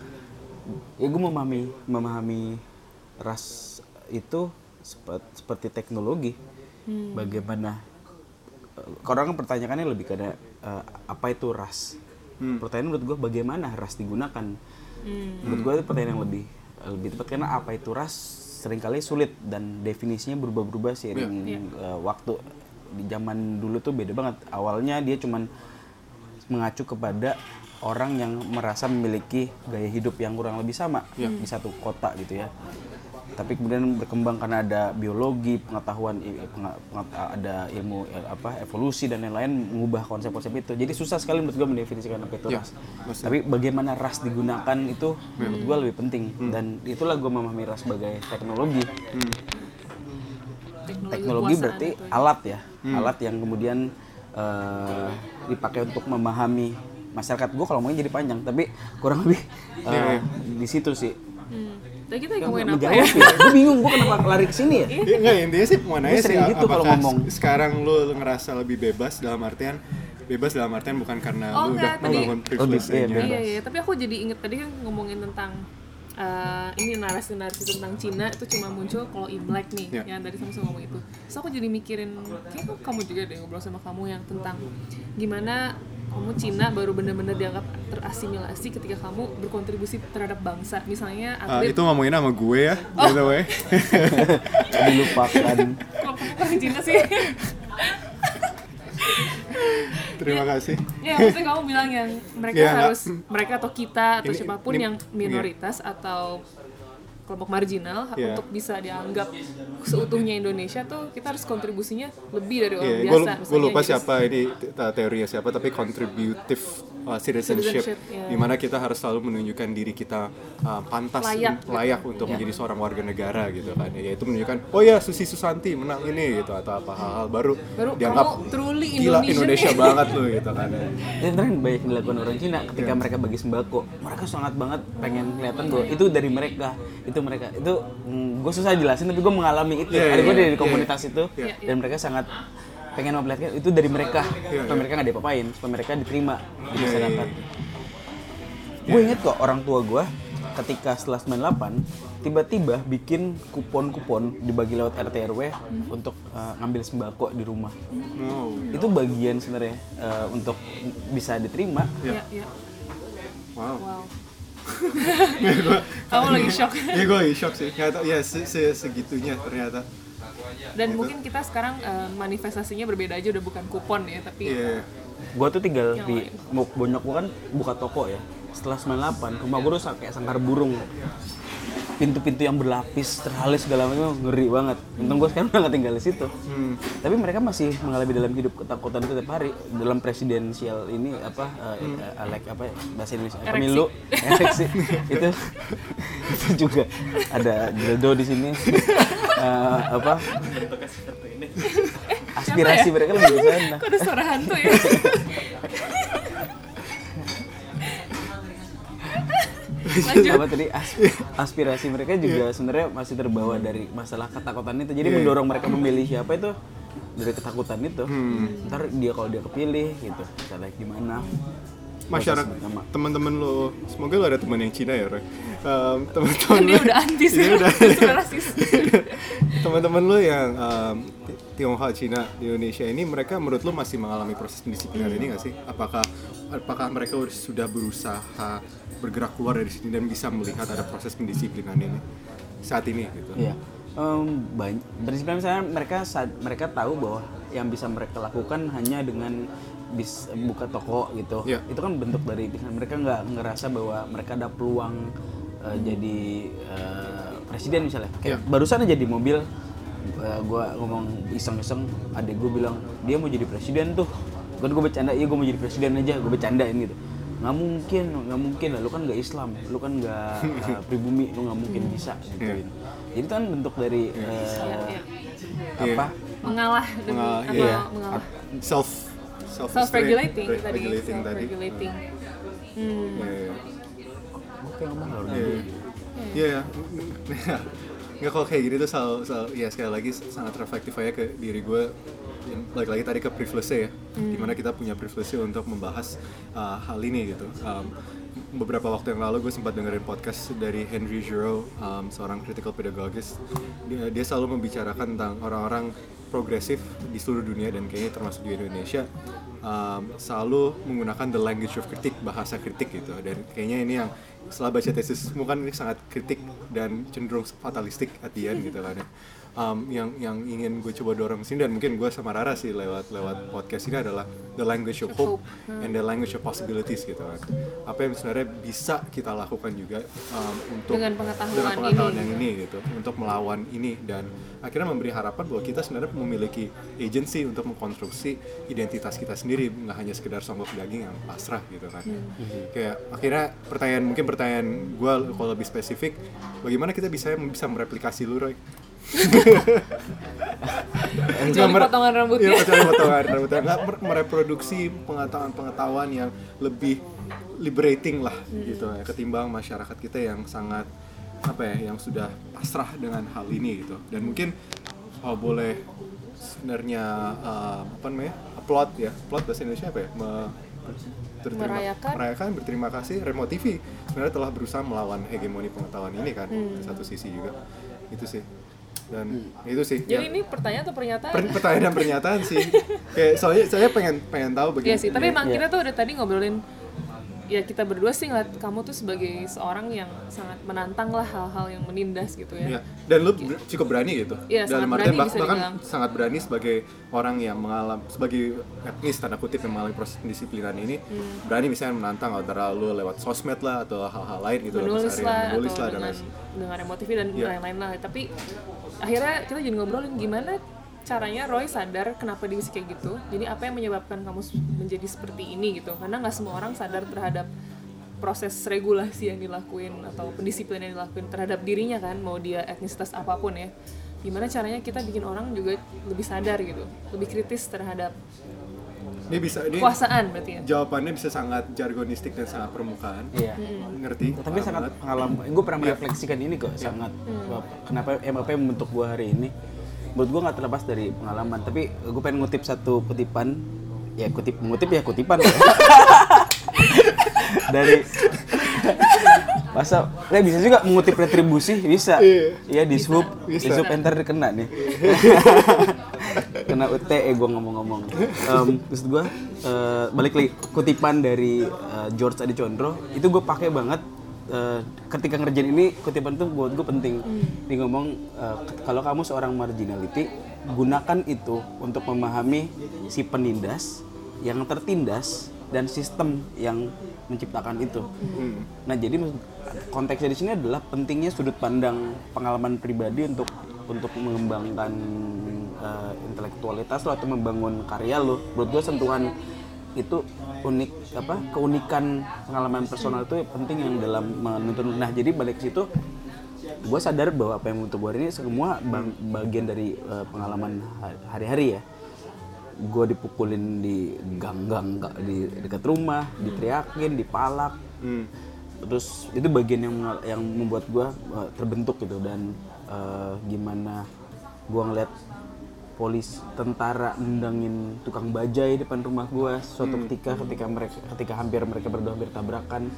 ya gue memahami memahami ras itu seperti, seperti teknologi. Bagaimana uh, orang kan pertanyaannya lebih ke uh, apa itu ras. Pertanyaan menurut gue bagaimana ras digunakan. Menurut gue itu pertanyaan yang lebih lebih tepat, karena apa itu ras seringkali sulit dan definisinya berubah-berubah seiring uh, waktu. Di zaman dulu tuh beda banget. Awalnya dia cuman mengacu kepada orang yang merasa memiliki gaya hidup yang kurang lebih sama di satu kota gitu ya. tapi kemudian berkembang karena ada biologi, pengetahuan, pengetahuan ada ilmu apa evolusi dan lain-lain mengubah konsep-konsep itu. Jadi susah sekali menurut gue mendefinisikan apa itu ras. Ya, tapi bagaimana ras digunakan itu hmm. menurut gue lebih penting hmm. dan itulah gue memahami ras sebagai teknologi. Hmm. Teknologi, teknologi berarti itu. alat ya, hmm. alat yang kemudian uh, dipakai untuk memahami masyarakat. Gue kalau ngomongin jadi panjang, tapi kurang lebih uh, yeah. di situ sih. Hmm. Tadi kita ngomongin apa ya? Gue bingung, gue kenapa lari ke sini ya? Iya, enggak, intinya sih mau nanya sih gitu kalau ngomong. Sekarang lu ngerasa lebih bebas dalam artian bebas dalam artian bukan karena oh, lu udah membangun privilege-nya. Oh iya, iya, tapi aku jadi inget tadi kan ngomongin tentang uh, ini narasi-narasi tentang Cina itu cuma muncul kalau Imlek nih, yeah. yang tadi sama-sama ngomong itu. Terus aku jadi mikirin, kayaknya kamu juga deh ngobrol sama kamu yang tentang gimana kamu Cina baru benar-benar dianggap terasimilasi ketika kamu berkontribusi terhadap bangsa. Misalnya atlet... Uh, itu ngomongin sama gue ya, oh. by the way. Dilupakan. Kalau kamu orang Cina sih. Terima kasih. Ya, maksudnya kamu bilang yang mereka ya, harus, enggak. mereka atau kita atau ini, siapapun ini, yang minoritas ya. atau kelompok marginal yeah. untuk bisa dianggap seutuhnya Indonesia tuh kita harus kontribusinya lebih dari orang yeah, biasa. Gue lupa gitu. siapa ini teorinya siapa tapi contributive uh, citizenship, citizenship yeah. di mana kita harus selalu menunjukkan diri kita uh, pantas layak, layak gitu. untuk yeah. menjadi seorang warga negara gitu kan. Ya itu menunjukkan oh ya Susi Susanti menang ini gitu atau apa hal-hal baru, baru dianggap truly gila Indonesia banget loh gitu kan. Dan tren banyak dilakukan orang Cina ketika yeah. mereka bagi sembako. Mereka sangat banget pengen kelihatan bahwa itu dari mereka. Itu mereka itu mm, gue susah jelasin tapi gue mengalami itu yeah, ada yeah, gue dari yeah, komunitas yeah, itu yeah. dan mereka sangat pengen memperlihatkan itu dari mereka yeah, supaya yeah. mereka nggak diapa-apain supaya mereka diterima di masyarakat. Yeah, yeah. Gue inget kok orang tua gue ketika setelah sembilan puluh delapan tiba-tiba bikin kupon-kupon dibagi lewat R T R W hmm. untuk uh, ngambil sembako di rumah. Oh. Itu bagian sebenarnya uh, untuk bisa diterima. Yeah. Yeah, yeah. Wow. wow. Kamu lagi shock. Iya gue lagi shock sih. Ternyata ya se -se segitunya ternyata. Dan gitu. Mungkin kita sekarang uh, manifestasinya berbeda aja udah bukan kupon ya tapi. Yeah. Gue tuh tinggal yang di bonyok gue kan buka toko ya. Setelah sembilan puluh delapan rumah gue tuh kayak sangkar burung. Pintu-pintu yang berlapis, terhalis segala macam ngeri banget. Untung gue sekarang udah nggak tinggal di situ. Hmm. Tapi mereka masih mengalami dalam hidup ketakutan itu tiap hari. Dalam presidensial ini apa, hmm. uh, Alek apa bahasa Indonesia pemilu, eleksi itu itu juga ada dildo di sini. uh, apa? Aspirasi ya? Mereka lebih di sana. Kok ada suara hantu ya? Lanjut. Apa tadi aspirasi mereka juga sebenarnya masih terbawa dari masalah ketakutan itu. Jadi yeah. mendorong mereka memilih siapa itu dari ketakutan itu. Hmm. Ntar dia kalau dia kepilih gitu, misalnya gimana? Masyarakat, teman-teman lo, semoga lo ada teman yang Cina ya, Roy. Um, teman-teman dia lo, udah anti sih, udah rasis. Teman-teman lo yang um, Tionghoa Cina di Indonesia ini, mereka menurut lo masih mengalami proses pendisiplinan hmm. ini nggak sih? Apakah apakah mereka sudah berusaha bergerak keluar dari sini dan bisa melihat ada proses pendisiplinan ini saat ini gitu? Iya. Um, banyak. Pendisiplinan misalnya mereka saat, mereka tahu bahwa yang bisa mereka lakukan hanya dengan bis buka toko gitu. Yeah. Itu kan bentuk dari mereka nggak ngerasa bahwa mereka ada peluang uh, jadi uh, presiden misalnya. Kayak yeah. barusan aja di mobil uh, gue ngomong iseng-iseng, adik gue bilang dia mau jadi presiden tuh. Kan gue bercanda, iya gue mau jadi presiden aja, gue bercandain gitu. Nggak mungkin, nggak mungkin lah, lu kan nggak Islam, lu kan nggak uh, pribumi, lu nggak mungkin bisa gituin. Jadi itu kan bentuk dari uh, yeah, yeah. apa? Mengalah demi mengalah, apa? Iya. Mengalah. Self self-regulating tadi, regulating self-regulating. Hmm. Oke, ngomong lalu. Iya. Iya. Nggak kalau kayak gini tuh selalu, selalu, ya sekali lagi sangat reflektif aja ke diri gue. Lagi-lagi tadi ke privilege ya, hmm. dimana kita punya privilege untuk membahas uh, hal ini gitu. Um, beberapa waktu yang lalu gue sempat dengerin podcast dari Henry Giroux, um, seorang critical pedagogist. Dia, dia selalu membicarakan tentang orang-orang progresif di seluruh dunia dan kayaknya termasuk di Indonesia um, selalu menggunakan the language of kritik, bahasa kritik gitu. Dan kayaknya ini yang setelah baca tesismu kan ini sangat kritik dan cenderung fatalistik at the end gitu kan ya. um, yang yang ingin gue coba dorong sini, dan mungkin gue sama Rara sih lewat lewat podcast ini adalah the language of hope hmm. and the language of possibilities gitu kan. Apa yang sebenarnya bisa kita lakukan juga um, untuk dengan pengetahuan, dengan pengetahuan ini. yang ini gitu, untuk melawan ini, dan akhirnya memberi harapan bahwa kita sebenarnya memiliki agency untuk mengkonstruksi identitas kita sendiri, nggak hanya sekedar songgok daging yang pasrah gitu kan. Hmm. Kayak akhirnya pertanyaan mungkin pertanyaan gue kalau lebih spesifik, bagaimana kita bisa bisa mereplikasi lu, Roy? Kecuali potongan rambutnya. Iya, kecuali potongan rambutnya. Nggak mereproduksi pengetahuan-pengetahuan yang lebih liberating lah hmm. gitu ya, ketimbang masyarakat kita yang sangat apa ya, yang sudah pasrah dengan hal ini gitu. Dan mungkin oh, boleh sebenarnya uh, apa namanya, applaud ya, applaud bahasa Indonesia apa ya, Me, berterima, merayakan. merayakan berterima kasih Remote T V sebenarnya telah berusaha melawan hegemoni pengetahuan ini kan. Hmm. Di satu sisi juga itu sih. Dan hmm. itu sih. Jadi ya, ini pertanyaan atau pernyataan? Per, pertanyaan dan pernyataan sih. Kayak soalnya saya pengen pengen tahu bagaimana. Iya sih, tapi emang ya. kita tuh udah tadi ngobrolin, ya kita berdua sih ngeliat kamu tuh sebagai seorang yang sangat menantang lah hal-hal yang menindas gitu ya. Iya. Dan lu ber- cukup berani gitu. Iya, dalam sangat artian berani bah- bisa bahkan dibilang. sangat berani sebagai orang yang mengalami, sebagai etnis tanda kutip yang mengalami proses pendisiplinan ini, hmm. berani misalnya menantang antara lu lewat sosmed lah atau hal-hal lain gitu, menulis lah, menulis atau lah dan dengan, lain. dengan Remote T V dan Yeah. lain-lain lah. Tapi akhirnya kita jadi ngobrolin gimana caranya Roy sadar kenapa dia bisa kayak gitu. Jadi apa yang menyebabkan kamu menjadi seperti ini gitu. Karena nggak semua orang sadar terhadap proses regulasi yang dilakuin atau pendisiplinan yang dilakuin terhadap dirinya kan, mau dia etnisitas apapun ya. Gimana caranya kita bikin orang juga lebih sadar gitu, lebih kritis terhadap Ini bisa ini kekuasaan berarti ya. jawabannya bisa sangat jargonistik dan sangat permukaan. Iya. Hmm. Ngerti? Tapi paham sangat banget. pengalaman. Gue pernah merefleksikan ini kok, sangat. Hmm. Kenapa M A P membentuk gue hari ini? Menurut gue nggak terlepas dari pengalaman. Tapi gue pengen ngutip satu kutipan. Ya kutip, ngutip ya kutipan. Ya. Dari masa, ya bisa juga mengutip retribusi, bisa. Iya, di sub, di sub enter kena nih. Kena U T E gue ngomong-ngomong. Um, terus gue uh, balik lagi kutipan dari uh, George Adi Condro, itu gue pakai banget uh, ketika ngerjain ini. Kutipan itu buat gue penting. Hmm. Dia ngomong uh, kalau kamu seorang marginality, gunakan itu untuk memahami si penindas, yang tertindas, dan sistem yang menciptakan itu. Hmm. Nah, jadi konteksnya di sini adalah pentingnya sudut pandang pengalaman pribadi untuk untuk mengembangkan uh, intelektualitas lo atau membangun karya lo. Menurut gue sentuhan itu unik, apa keunikan pengalaman personal itu penting yang dalam menuntun. Nah, jadi balik situ gue sadar bahwa apa yang untuk gue ini semua bagian dari uh, pengalaman hari-hari ya. Gue dipukulin di gang-gang di dekat rumah, diteriakin, dipalak, hmm. terus itu bagian yang yang membuat gue uh, terbentuk gitu. Dan uh, gimana gue ngeliat polis tentara nendangin tukang bajai depan rumah gue suatu hmm. ketika ketika mereka ketika hampir mereka berdua hampir tabrakan,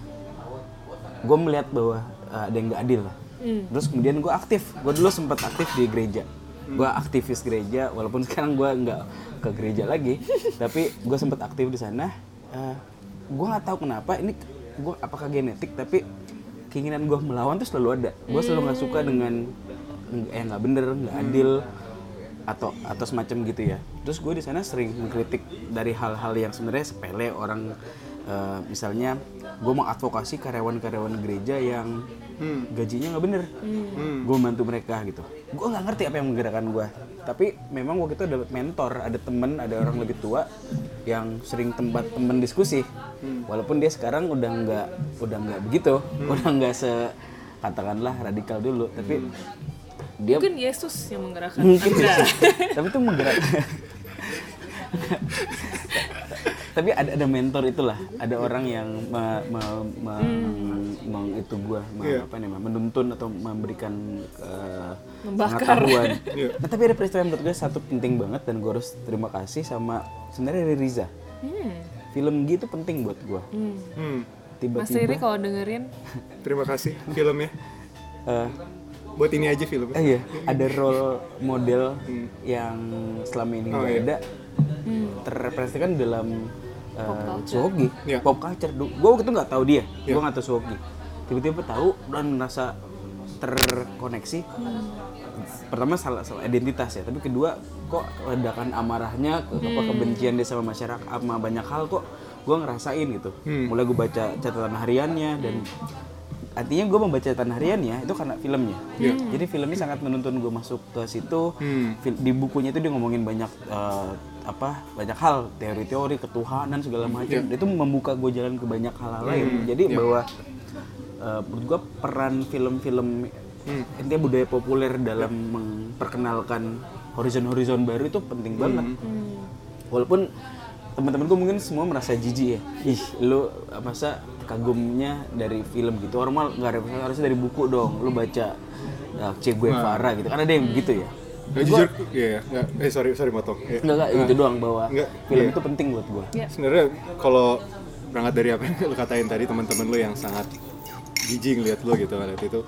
gue melihat bahwa uh, ada yang nggak adil lah. Hmm. Terus kemudian gue aktif, gue dulu sempat aktif di gereja. Gue aktivis gereja, walaupun sekarang gue nggak ke gereja lagi, tapi gue sempat aktif di sana. Uh, gue nggak tahu kenapa ini, gue apakah genetik, tapi keinginan gue melawan tuh selalu ada. Gue selalu nggak suka dengan eh nggak bener, nggak adil, atau atau semacam gitu ya. Terus gue di sana sering mengkritik dari hal-hal yang sebenarnya sepele. Orang uh, misalnya gue mengadvokasi karyawan-karyawan gereja yang hmm. gajinya nggak bener, hmm. gue bantu mereka gitu. Gue nggak ngerti apa yang menggerakkan gue, tapi memang waktu itu ada mentor, ada temen, ada orang lebih tua yang sering tempat temen diskusi. Hmm. Walaupun dia sekarang udah nggak udah nggak begitu, hmm. udah nggak se katakanlah radikal dulu, tapi hmm. dia mungkin Yesus yang menggerakkan mungkin Yesus. Tapi itu menggerakkan. Tapi ada ada mentor itulah, ada orang yang me, me, me, hmm. meng, itu gua me, yeah. apa nih, menuntun atau memberikan uh, pengetahuan. Yeah. Nah, tapi ada peristiwa yang menurut gue satu penting banget dan gue harus terima kasih sama sebenarnya dari Riza. Hmm. Film gitu penting buat gua. Hmm. Hmm. Tiba-tiba. Mas Riri kalau dengerin. Terima kasih filmnya. Uh, buat ini aja filmnya. Eh, iya, ada role model hmm. yang selama ini nggak oh, iya. ada. Hmm. Terrepresentasikan dalam uh, Suhoki, yeah. pop culture. Gue waktu itu nggak tahu dia, yeah. gue nggak tahu Suhoki. Tiba-tiba tahu dan merasa terkoneksi. Pertama salah, salah identitas ya, tapi kedua kok ledakan amarahnya, ke, apa kebencian dia sama masyarakat, sama banyak hal kok gue ngerasain gitu. Hmm. Mulai gue baca catatan hariannya dan artinya gue membaca catatan hariannya itu karena filmnya. Yeah. Jadi filmnya sangat menuntun gue masuk ke situ. Hmm. Di bukunya itu dia ngomongin banyak uh, apa banyak hal, teori-teori ketuhanan segala macam. Yeah. Itu membuka gue jalan ke banyak hal-hal lain. Hmm. Jadi yeah. bahwa uh, menurut gue peran film-film hmm. intinya budaya populer dalam yeah. memperkenalkan horizon-horizon baru itu penting hmm. banget. Hmm. Walaupun teman-teman gue mungkin semua merasa jijik ya. Ih, lu masa kagumnya dari film gitu. Orang mah enggak harusnya dari buku dong. Lu baca uh, Che Guevara nah. gitu. Kan ada yang begitu ya. Gak jujur, iya, enggak. Eh sorry, sorry motong. Ya. Enggak, enggak, nah. itu doang bahwa enggak, film iya. itu penting buat gue. Ya. Sebenarnya kalau berangkat dari apa yang lu katain tadi, teman-teman lu yang sangat jijik ngeliat lu gitu kan itu.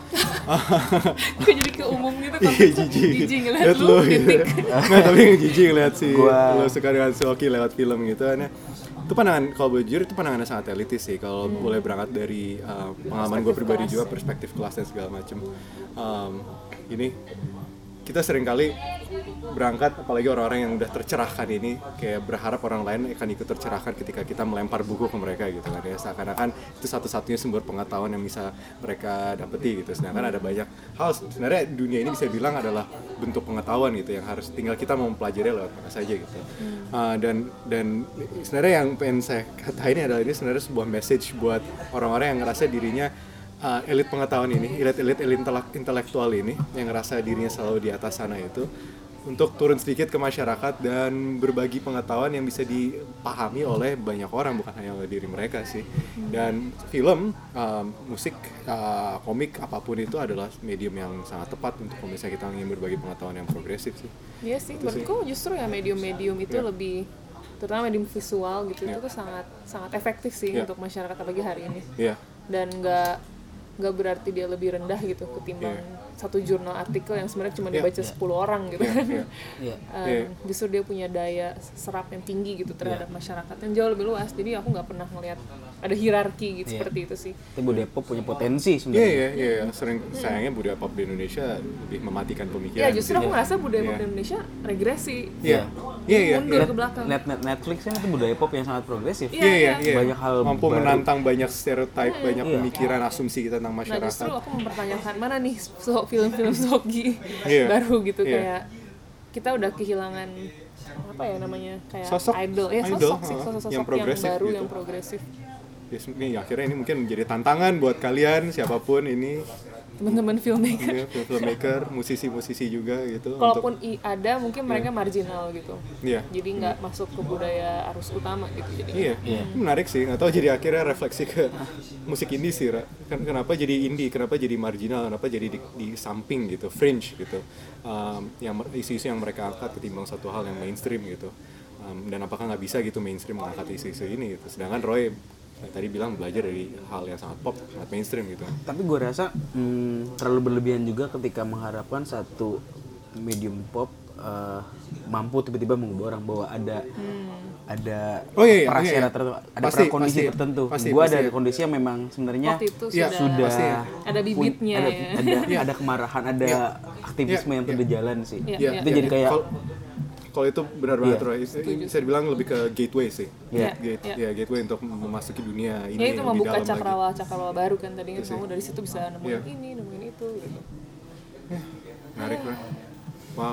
Kok jadi ke umum gitu kan? Iya jijik. Jijik ngeliat lu, gitu. Nggak, tapi yang jijik ngeliat si gua... lu suka dengan Suoki lewat film gitu kan ya. Itu pandangan, kalau jujur itu pandangannya sangat elitis sih. Kalau hmm. boleh berangkat dari uh, pengalaman gue pribadi juga, perspektif kelas dan segala macam. Um, ini kita sering kali berangkat, apalagi orang-orang yang udah tercerahkan ini, kayak berharap orang lain akan ikut tercerahkan ketika kita melempar buku ke mereka gitu kan ya, seakan-akan itu satu-satunya sumber pengetahuan yang bisa mereka dapeti gitu. Sedangkan ada banyak hal, sebenarnya dunia ini bisa bilang adalah bentuk pengetahuan gitu yang harus tinggal kita mau mempelajari lewat mana saja gitu. Uh, dan dan sebenarnya yang pengen saya katain adalah ini sebenarnya sebuah message buat orang-orang yang ngerasa dirinya Uh, elit pengetahuan ini, elit-elit elit intelektual ini yang ngerasa dirinya selalu di atas sana itu, untuk turun sedikit ke masyarakat dan berbagi pengetahuan yang bisa dipahami oleh banyak orang, bukan hanya oleh diri mereka sih. Dan film, uh, musik, uh, komik, apapun itu adalah medium yang sangat tepat untuk kalau misalnya kita ingin berbagi pengetahuan yang progresif sih. Iya sih, menurutku justru ya medium-medium itu yeah. lebih, terutama medium visual gitu, yeah. itu tuh sangat sangat efektif sih yeah. untuk masyarakat apalagi hari ini. Yeah. Dan nggak nggak berarti dia lebih rendah gitu ketimbang yeah. satu jurnal artikel yang sebenarnya cuma dibaca yeah. sepuluh orang gitu yeah. kan yeah. Yeah. um, yeah. justru dia punya daya serap yang tinggi gitu terhadap yeah. masyarakat yang jauh lebih luas. Jadi aku nggak pernah ngelihat ada hierarki gitu yeah. seperti itu sih. Tapi budaya pop punya potensi sebenarnya. Iya iya iya, sering sayangnya budaya pop di Indonesia lebih mematikan pemikiran. Iya, justru aku ngerasa budaya pop di Indonesia regresi. Iya. Iya iya. Mundur ke belakang. Net net Netflix kan itu budaya pop yang sangat progresif. Iya iya iya. Banyak hal mampu baru. menantang banyak stereotip, hmm. banyak yeah. pemikiran, asumsi kita tentang masyarakat. Nah, justru aku mempertanyakan mana nih film-film Sogi yeah. baru gitu yeah. kayak kita udah kehilangan apa ya namanya kayak sosok, idol ya sosok idol, sih sosok-sosok yang, yang baru gitu. yang progresif. Yes, ini akhirnya ini mungkin menjadi tantangan buat kalian siapapun ini teman-teman filmmaker, ya, filmmaker, musisi-musisi juga gitu. Kalaupun untuk, i ada mungkin mereka yeah. marginal gitu. Yeah. Jadi nggak yeah. masuk ke budaya arus utama gitu. Jadi. Iya, yeah. menarik sih. Nggak tahu jadi akhirnya refleksi ke musik indie sih, Ra. Kenapa jadi indie? Kenapa jadi marginal? Kenapa jadi di, di samping gitu, fringe gitu? Um, yang isu-isu yang mereka angkat ketimbang satu hal yang mainstream gitu. Um, dan apakah nggak bisa gitu mainstream mengangkat isu-isu ini gitu? Sedangkan Roy tadi bilang belajar dari hal yang sangat pop, sangat mainstream gitu. Tapi gue rasa hmm, terlalu berlebihan juga ketika mengharapkan satu medium pop uh, mampu tiba-tiba mengubah orang, bahwa ada hmm. ada oh, iya, iya, prasyarat iya, iya. tertentu, ada pasti, kondisi pasti, tertentu. Gue ada kondisi yang memang sebenarnya ya, sudah pasti, ya. ada bibitnya, ada, ya. ada, ada, ada kemarahan, ada ya. aktivisme ya. yang sudah ya. jalan sih. Ya. Ya. Itu ya. jadi kayak Kalo, kalau itu benar banget yeah. Roy, bisa dibilang lebih ke gateway sih, yeah. Gate, yeah. ya gateway untuk memasuki dunia ini. Ya itu lebih membuka dalam cakrawala lagi. cakrawala baru kan tadi kan kamu dari situ bisa nemuin yeah. ini, nemuin itu gitu. Yeah. Menarik Roy. Wow.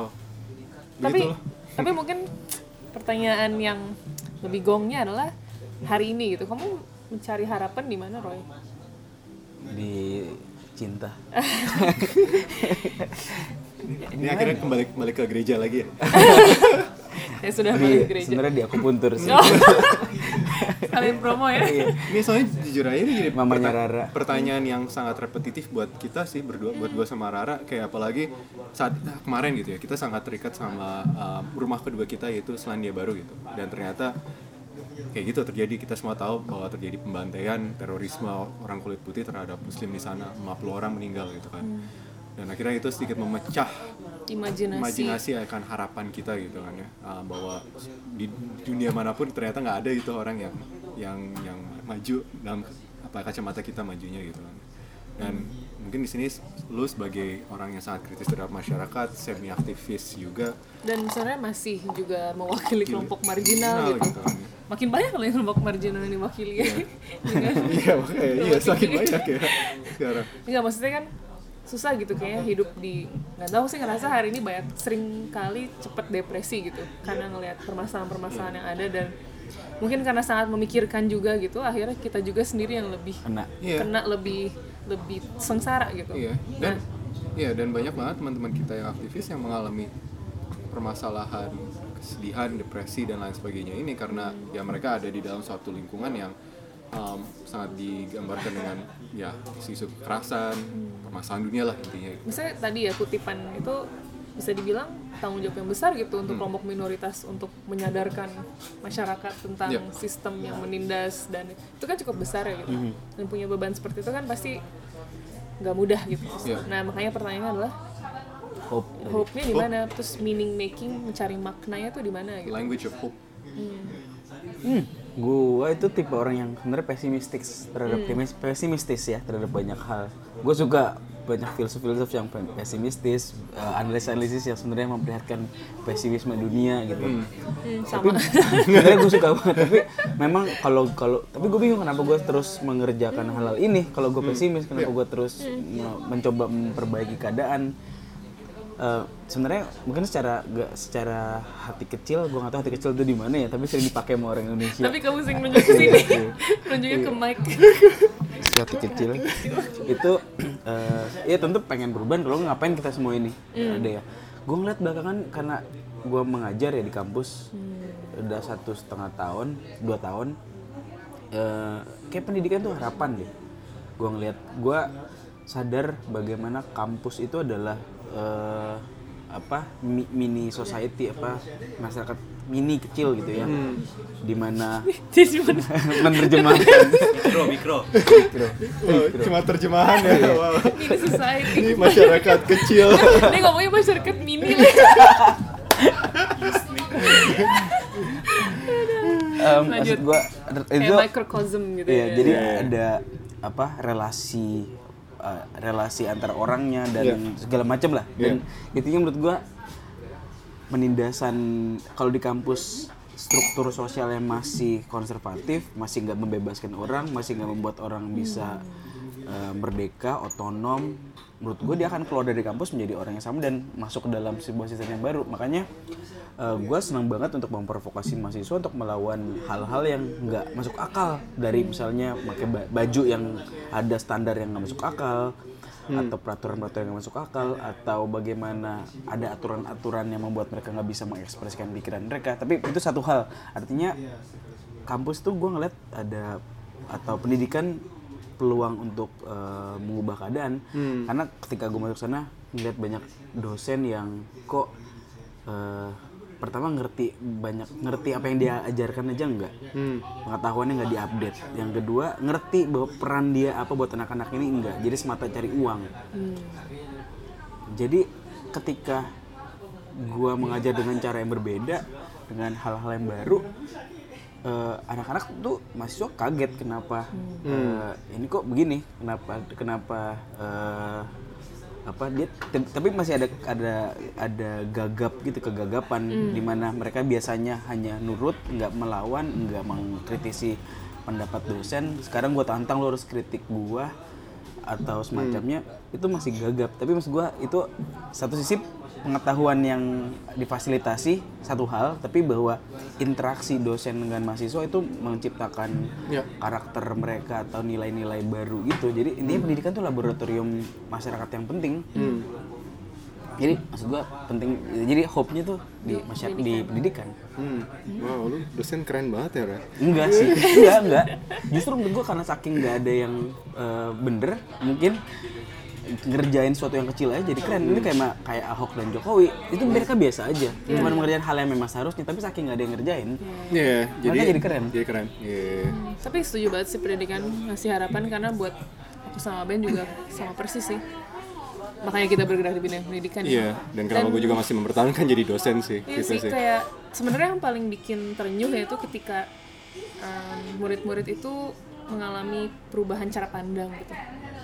Tapi Begitulah. tapi mungkin pertanyaan yang lebih gongnya adalah hari ini gitu. Kamu mencari harapan di mana, Roy? Di cinta. Ini akhirnya kembali kembali ke gereja lagi ya. Ya sudah balik ke gereja. Sebenarnya di akupuntur sih. Oh. Kalian promo ya. Ini soalnya jujur aja ini jadi Mamanya perta- Rara. pertanyaan yang sangat repetitif buat kita sih berdua, buat gue sama Rara, kayak apalagi saat nah, kemarin gitu ya, kita sangat terikat sama uh, rumah kedua kita yaitu Selandia Baru gitu. Dan ternyata kayak gitu terjadi, kita semua tahu bahwa terjadi pembantaian, terorisme orang kulit putih terhadap muslim di sana, lima puluh orang meninggal gitu kan. Dan akhirnya itu sedikit memecah imajinasi, imajinasi akan harapan kita gitu kan ya, uh, bahwa di dunia manapun ternyata nggak ada gitu orang yang yang yang maju dalam apa kacamata kita majunya gitu kan. Dan mungkin di sini lu sebagai orang yang sangat kritis terhadap masyarakat, semi aktivis juga, dan sebenarnya masih juga mewakili kelompok marginal gitu. gitu kan. Makin banyak loh yang kelompok marginal yang diwakili ya. Iya makanya, iya semakin banyak ya sekarang. Enggak, maksudnya kan susah gitu kayaknya hidup di, nggak tahu sih, ngerasa hari ini banyak sering kali cepet depresi gitu karena ngelihat permasalahan-permasalahan yang ada, dan mungkin karena sangat memikirkan juga gitu, akhirnya kita juga sendiri yang lebih kena Iya. kena lebih lebih sengsara gitu. Iya, dan iya dan banyak banget teman-teman kita yang aktivis yang mengalami permasalahan kesedihan, depresi dan lain sebagainya ini karena ya mereka ada di dalam suatu lingkungan yang um, sangat digambarkan dengan ya isu-isu kekerasan, permasalahan dunia lah intinya. Misalnya tadi ya kutipan itu bisa dibilang tanggung jawab yang besar gitu untuk Hmm. kelompok minoritas untuk menyadarkan masyarakat tentang Yep. sistem yang menindas, dan itu kan cukup besar ya gitu. Mhm. Dan punya beban seperti itu kan pasti nggak mudah gitu. Yeah. Nah makanya pertanyaannya adalah hope. hope-nya di mana, terus meaning making, mencari maknanya tuh di mana gitu. Language of hope. Hmm, gua itu tipe orang yang sebenarnya pesimistis terhadap Hmm. pesimistis ya terhadap banyak hal. Gue suka banyak filsuf-filsuf yang pesimistis, uh, analisis-analisis yang sebenarnya memperlihatkan pesimisme dunia gitu. Hmm. Hmm, sama. Sebenarnya gue suka banget, tapi memang kalau kalau tapi gue bingung kenapa gue terus mengerjakan hal-hal ini. Kalau gue pesimis, kenapa gue terus me- mencoba memperbaiki keadaan. Uh, sebenarnya mungkin secara gak secara hati kecil, gue nggak tahu hati kecil itu di mana ya, tapi sering dipakai sama orang Indonesia. Tapi kamu sering nunjuk ke sini, nunjuknya ke mic. Hati kecil itu uh, ya tentu pengen berubah. Kalau ngapain kita semua ini ada ya. Gue ngeliat belakangan karena gue mengajar ya di kampus udah satu setengah tahun, dua tahun. Uh, kayak pendidikan tuh harapan deh. Gue ngeliat, gue sadar bagaimana kampus itu adalah uh, apa mi- mini society, apa masyarakat mini kecil gitu ya, dimana Jadi mana? menerjemahkan mikro mikro mikro. Oh, cuma terjemahan ya. Wow. Mini society. Ini masyarakat kecil. Dia ngomongnya masyarakat mini lah. Um, Lanjut. maksud gua itu Kayak microcosm gitu ya, ya. jadi Iya. ada apa relasi uh, relasi antar orangnya dan Iya. segala macam lah. Dan intinya menurut gua penindasan kalau di kampus struktur sosial yang masih konservatif, masih nggak membebaskan orang, masih nggak membuat orang bisa uh, merdeka, otonom. Menurut gue dia akan keluar dari kampus menjadi orang yang sama dan masuk ke dalam sebuah sistem yang baru. Makanya uh, gue senang banget untuk memprovokasi mahasiswa untuk melawan hal-hal yang nggak masuk akal, dari misalnya pakai ba- baju yang ada standar yang nggak masuk akal, atau peraturan-peraturan yang nggak masuk akal, atau bagaimana ada aturan-aturan yang membuat mereka nggak bisa mengekspresikan pikiran mereka. Tapi itu satu hal. Artinya kampus tuh gue ngeliat ada, atau pendidikan, peluang untuk uh, mengubah keadaan. Hmm. Karena ketika gue masuk sana ngeliat banyak dosen yang kok uh, pertama ngerti banyak ngerti apa yang dia ajarkan aja enggak, hmm. pengetahuannya nggak diupdate. Yang kedua ngerti bahwa peran dia apa buat anak-anak ini enggak, jadi semata cari uang. Hmm. Jadi ketika gue mengajar dengan cara yang berbeda, dengan hal-hal yang baru, Uh, anak-anak tuh mahasiswa kaget kenapa hmm. uh, ini kok begini, kenapa kenapa uh, apa dia t- tapi masih ada ada ada gagap gitu, kegagapan hmm. di mana mereka biasanya hanya nurut, nggak melawan, nggak mengkritisi pendapat dosen. Sekarang gue tantang lo harus kritik gue atau semacamnya, hmm. itu masih gagap. Tapi maksud gue itu satu sisi pengetahuan yang difasilitasi satu hal, tapi bahwa interaksi dosen dengan mahasiswa itu menciptakan ya. karakter mereka atau nilai-nilai baru gitu. Jadi intinya pendidikan itu laboratorium masyarakat yang penting. Hmm. Jadi maksud gua penting, jadi hope-nya tuh di masyarakat, di pendidikan. Hmm. Wow, lu dosen keren banget ya, Ra? Enggak sih, enggak, enggak. Justru menurut gua karena saking nggak ada yang uh, bener, mungkin ngerjain sesuatu yang kecil aja jadi keren. Ini kayak kayak Ahok dan Jokowi, itu mereka biasa aja, yeah. cuma mengerjain hal yang memang seharusnya, tapi saking nggak ada yang ngerjain, Iya, yeah, jadi jadi keren. Jadi keren. Yeah. Hmm, tapi setuju banget sih, pendidikan ngasih harapan, karena buat aku sama Ben juga sama persis sih. Makanya kita bergerak di bidang pendidikan. Iya, yeah, dan kenapa gue juga masih mempertahankan jadi dosen sih. Iya gitu sih, sih. kayak sebenarnya yang paling bikin terenyuh yaitu ketika um, murid-murid itu mengalami perubahan cara pandang gitu.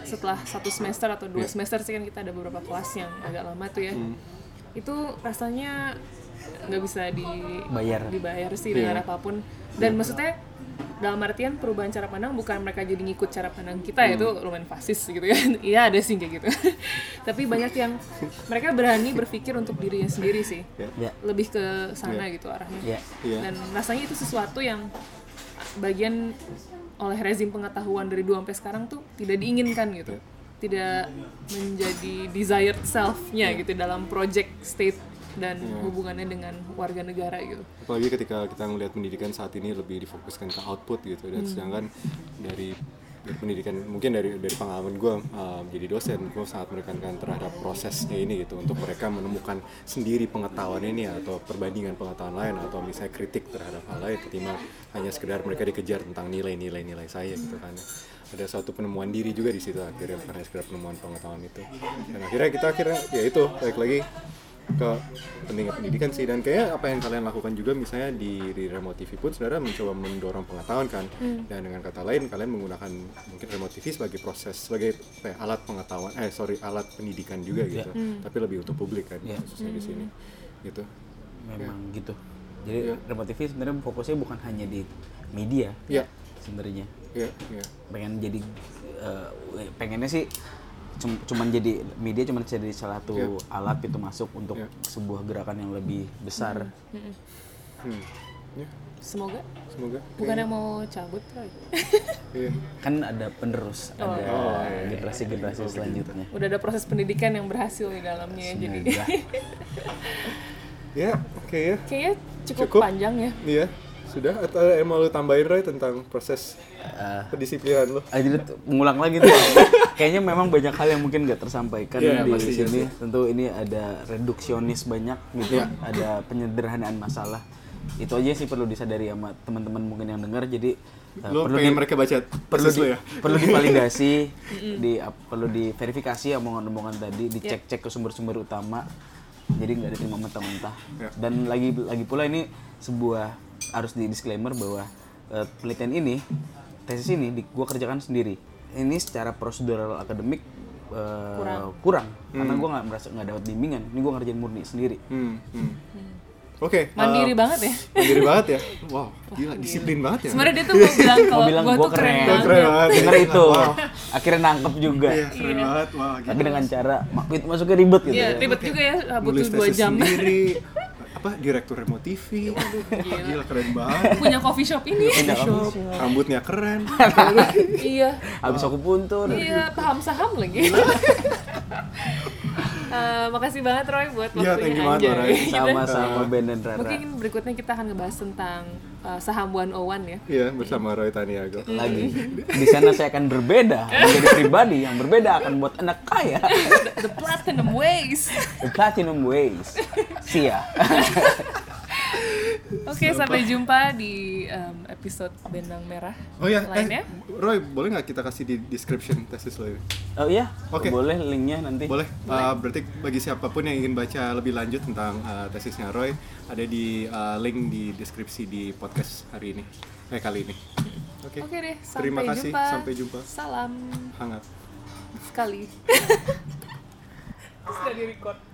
setelah satu semester atau dua Yeah. semester sih kan kita ada beberapa kelas yang agak lama tuh ya. Hmm. Itu rasanya nggak bisa Bayar. dibayar sih dengan Yeah. apapun. Dan yeah. maksudnya dalam artian perubahan cara pandang bukan mereka jadi ngikut cara pandang kita, hmm. itu lumayan fasis gitu kan. Iya ada sih kayak gitu. Tapi banyak yang mereka berani berpikir untuk dirinya sendiri sih. Yeah. Lebih ke sana Yeah. gitu arahnya. Yeah. Yeah. Dan rasanya itu sesuatu yang bagian oleh rezim pengetahuan dari dulu sampai sekarang tuh tidak diinginkan gitu. Tidak menjadi desired self-nya Yeah. gitu dalam project state dan Yeah. hubungannya dengan warga negara gitu. Apalagi ketika kita melihat pendidikan saat ini lebih difokuskan ke output gitu, dan hmm. sedangkan dari, dari pendidikan mungkin dari dari pengalaman gue uh, jadi dosen, gue sangat menekankan terhadap prosesnya ini gitu, untuk mereka menemukan sendiri pengetahuan ini atau perbandingan pengetahuan lain atau misalnya kritik terhadap hal lain ketimbang hanya sekedar mereka dikejar tentang nilai-nilai nilai saya gitu kan. Ada suatu penemuan diri juga di situ akhirnya, karena sekedar penemuan pengetahuan itu. Dan akhirnya kita akhirnya ya itu balik lagi ke pentingnya pendidikan sih. Dan kayaknya apa yang kalian lakukan juga misalnya di, di Remote T V pun sebenarnya mencoba mendorong pengetahuan kan. hmm. Dan dengan kata lain kalian menggunakan mungkin Remote T V sebagai proses, sebagai apa ya, alat pengetahuan eh sorry alat pendidikan juga gitu. yeah. hmm. Tapi lebih untuk publik kan, yeah. khususnya hmm. di sini gitu. Memang yeah. gitu. Jadi yeah. Remote T V sebenarnya fokusnya bukan hanya di media. yeah. Sebenarnya yeah. yeah. pengen jadi uh, pengennya sih cuman jadi media, cuman jadi salah satu yeah. alat itu masuk untuk yeah. sebuah gerakan yang lebih besar. Hmm. Hmm. Yeah. Semoga. Semoga. Bukan yang mau cabut, Roy. yeah. Kan ada penerus, oh. ada oh, iya. generasi-generasi oh, selanjutnya. Udah ada proses pendidikan yang berhasil di dalamnya. Jadi. Ya, oke ya. Kayaknya cukup, Cukup. panjang ya. Iya. Sudah, atau yang mau lu tambahin Roy tentang proses uh, pendisiplinan lu? Ah, jadi mengulang lagi tuh. Kayaknya memang banyak hal yang mungkin nggak tersampaikan yeah, di pasti, sini. pasti. Tentu ini ada reduksionis banyak gitu, yeah. ada penyederhanaan masalah. Itu aja sih perlu disadari sama teman-teman mungkin yang dengar. Jadi uh, lu perlu pengen di, mereka baca perlu di, ya? perlu divalidasi, di uh, perlu diverifikasi omongan-omongan tadi, dicek-cek ke sumber-sumber utama. Jadi nggak diterima mentah-mentah. Yeah. Dan lagi lagi pula ini sebuah harus di disclaimer bahwa uh, penelitian ini, tesis ini di, gua kerjakan sendiri. Ini secara prosedural akademik uh, kurang, kurang hmm. karena gua nggak merasa nggak dapat bimbingan. Ini gua ngerjain murni sendiri. Hmm. Hmm. Hmm. Oke. Okay, mandiri uh, banget ya. Mandiri banget ya. Wow, gila, disiplin banget ya. Sebenarnya dia tuh mau bilang kalau bilang gua gua tuh keren, keren. banget. Keren banget. Denger itu. Wow. Akhirnya nangkep juga. Iya, keren iya. banget. Wah, Tapi dengan cara mak- masuknya ribet gitu. Iya, ya. ribet juga ya, butuh Nulis dua tesis jam. sendiri. Apa direktur Remote T V. Aduh, gila. gila keren banget. Punya coffee shop ini. Punya Shop, rambutnya keren. Iya. Habis aku puntur. Iya, paham saham lagi. Uh, makasih banget Roy buat Iya, waktunya. thank you banget, Anjay. Roy. Sama-sama Ben dan Rara. Mungkin berikutnya kita akan ngebahas tentang uh, saham seratus satu ya. Iya, bersama Roy Taniago. Lagi. Di sana saya akan berbeda, menjadi pribadi yang berbeda akan buat anak kaya. The, the Platinum Ways. The Platinum Ways. See ya. Oke, okay, sampai jumpa di um, episode Benang Merah Oh ya, lainnya. eh, Roy, boleh nggak kita kasih di description tesis lo ini? Oh iya, Oke. boleh linknya nanti. Boleh. Uh, berarti bagi siapapun yang ingin baca lebih lanjut tentang uh, tesisnya Roy, ada di uh, link di deskripsi di podcast hari ini, eh kali ini. Oke. Okay. Oke deh, sampai Terima kasih, jumpa. sampai jumpa. Salam Hangat. sekali. Sudah di record.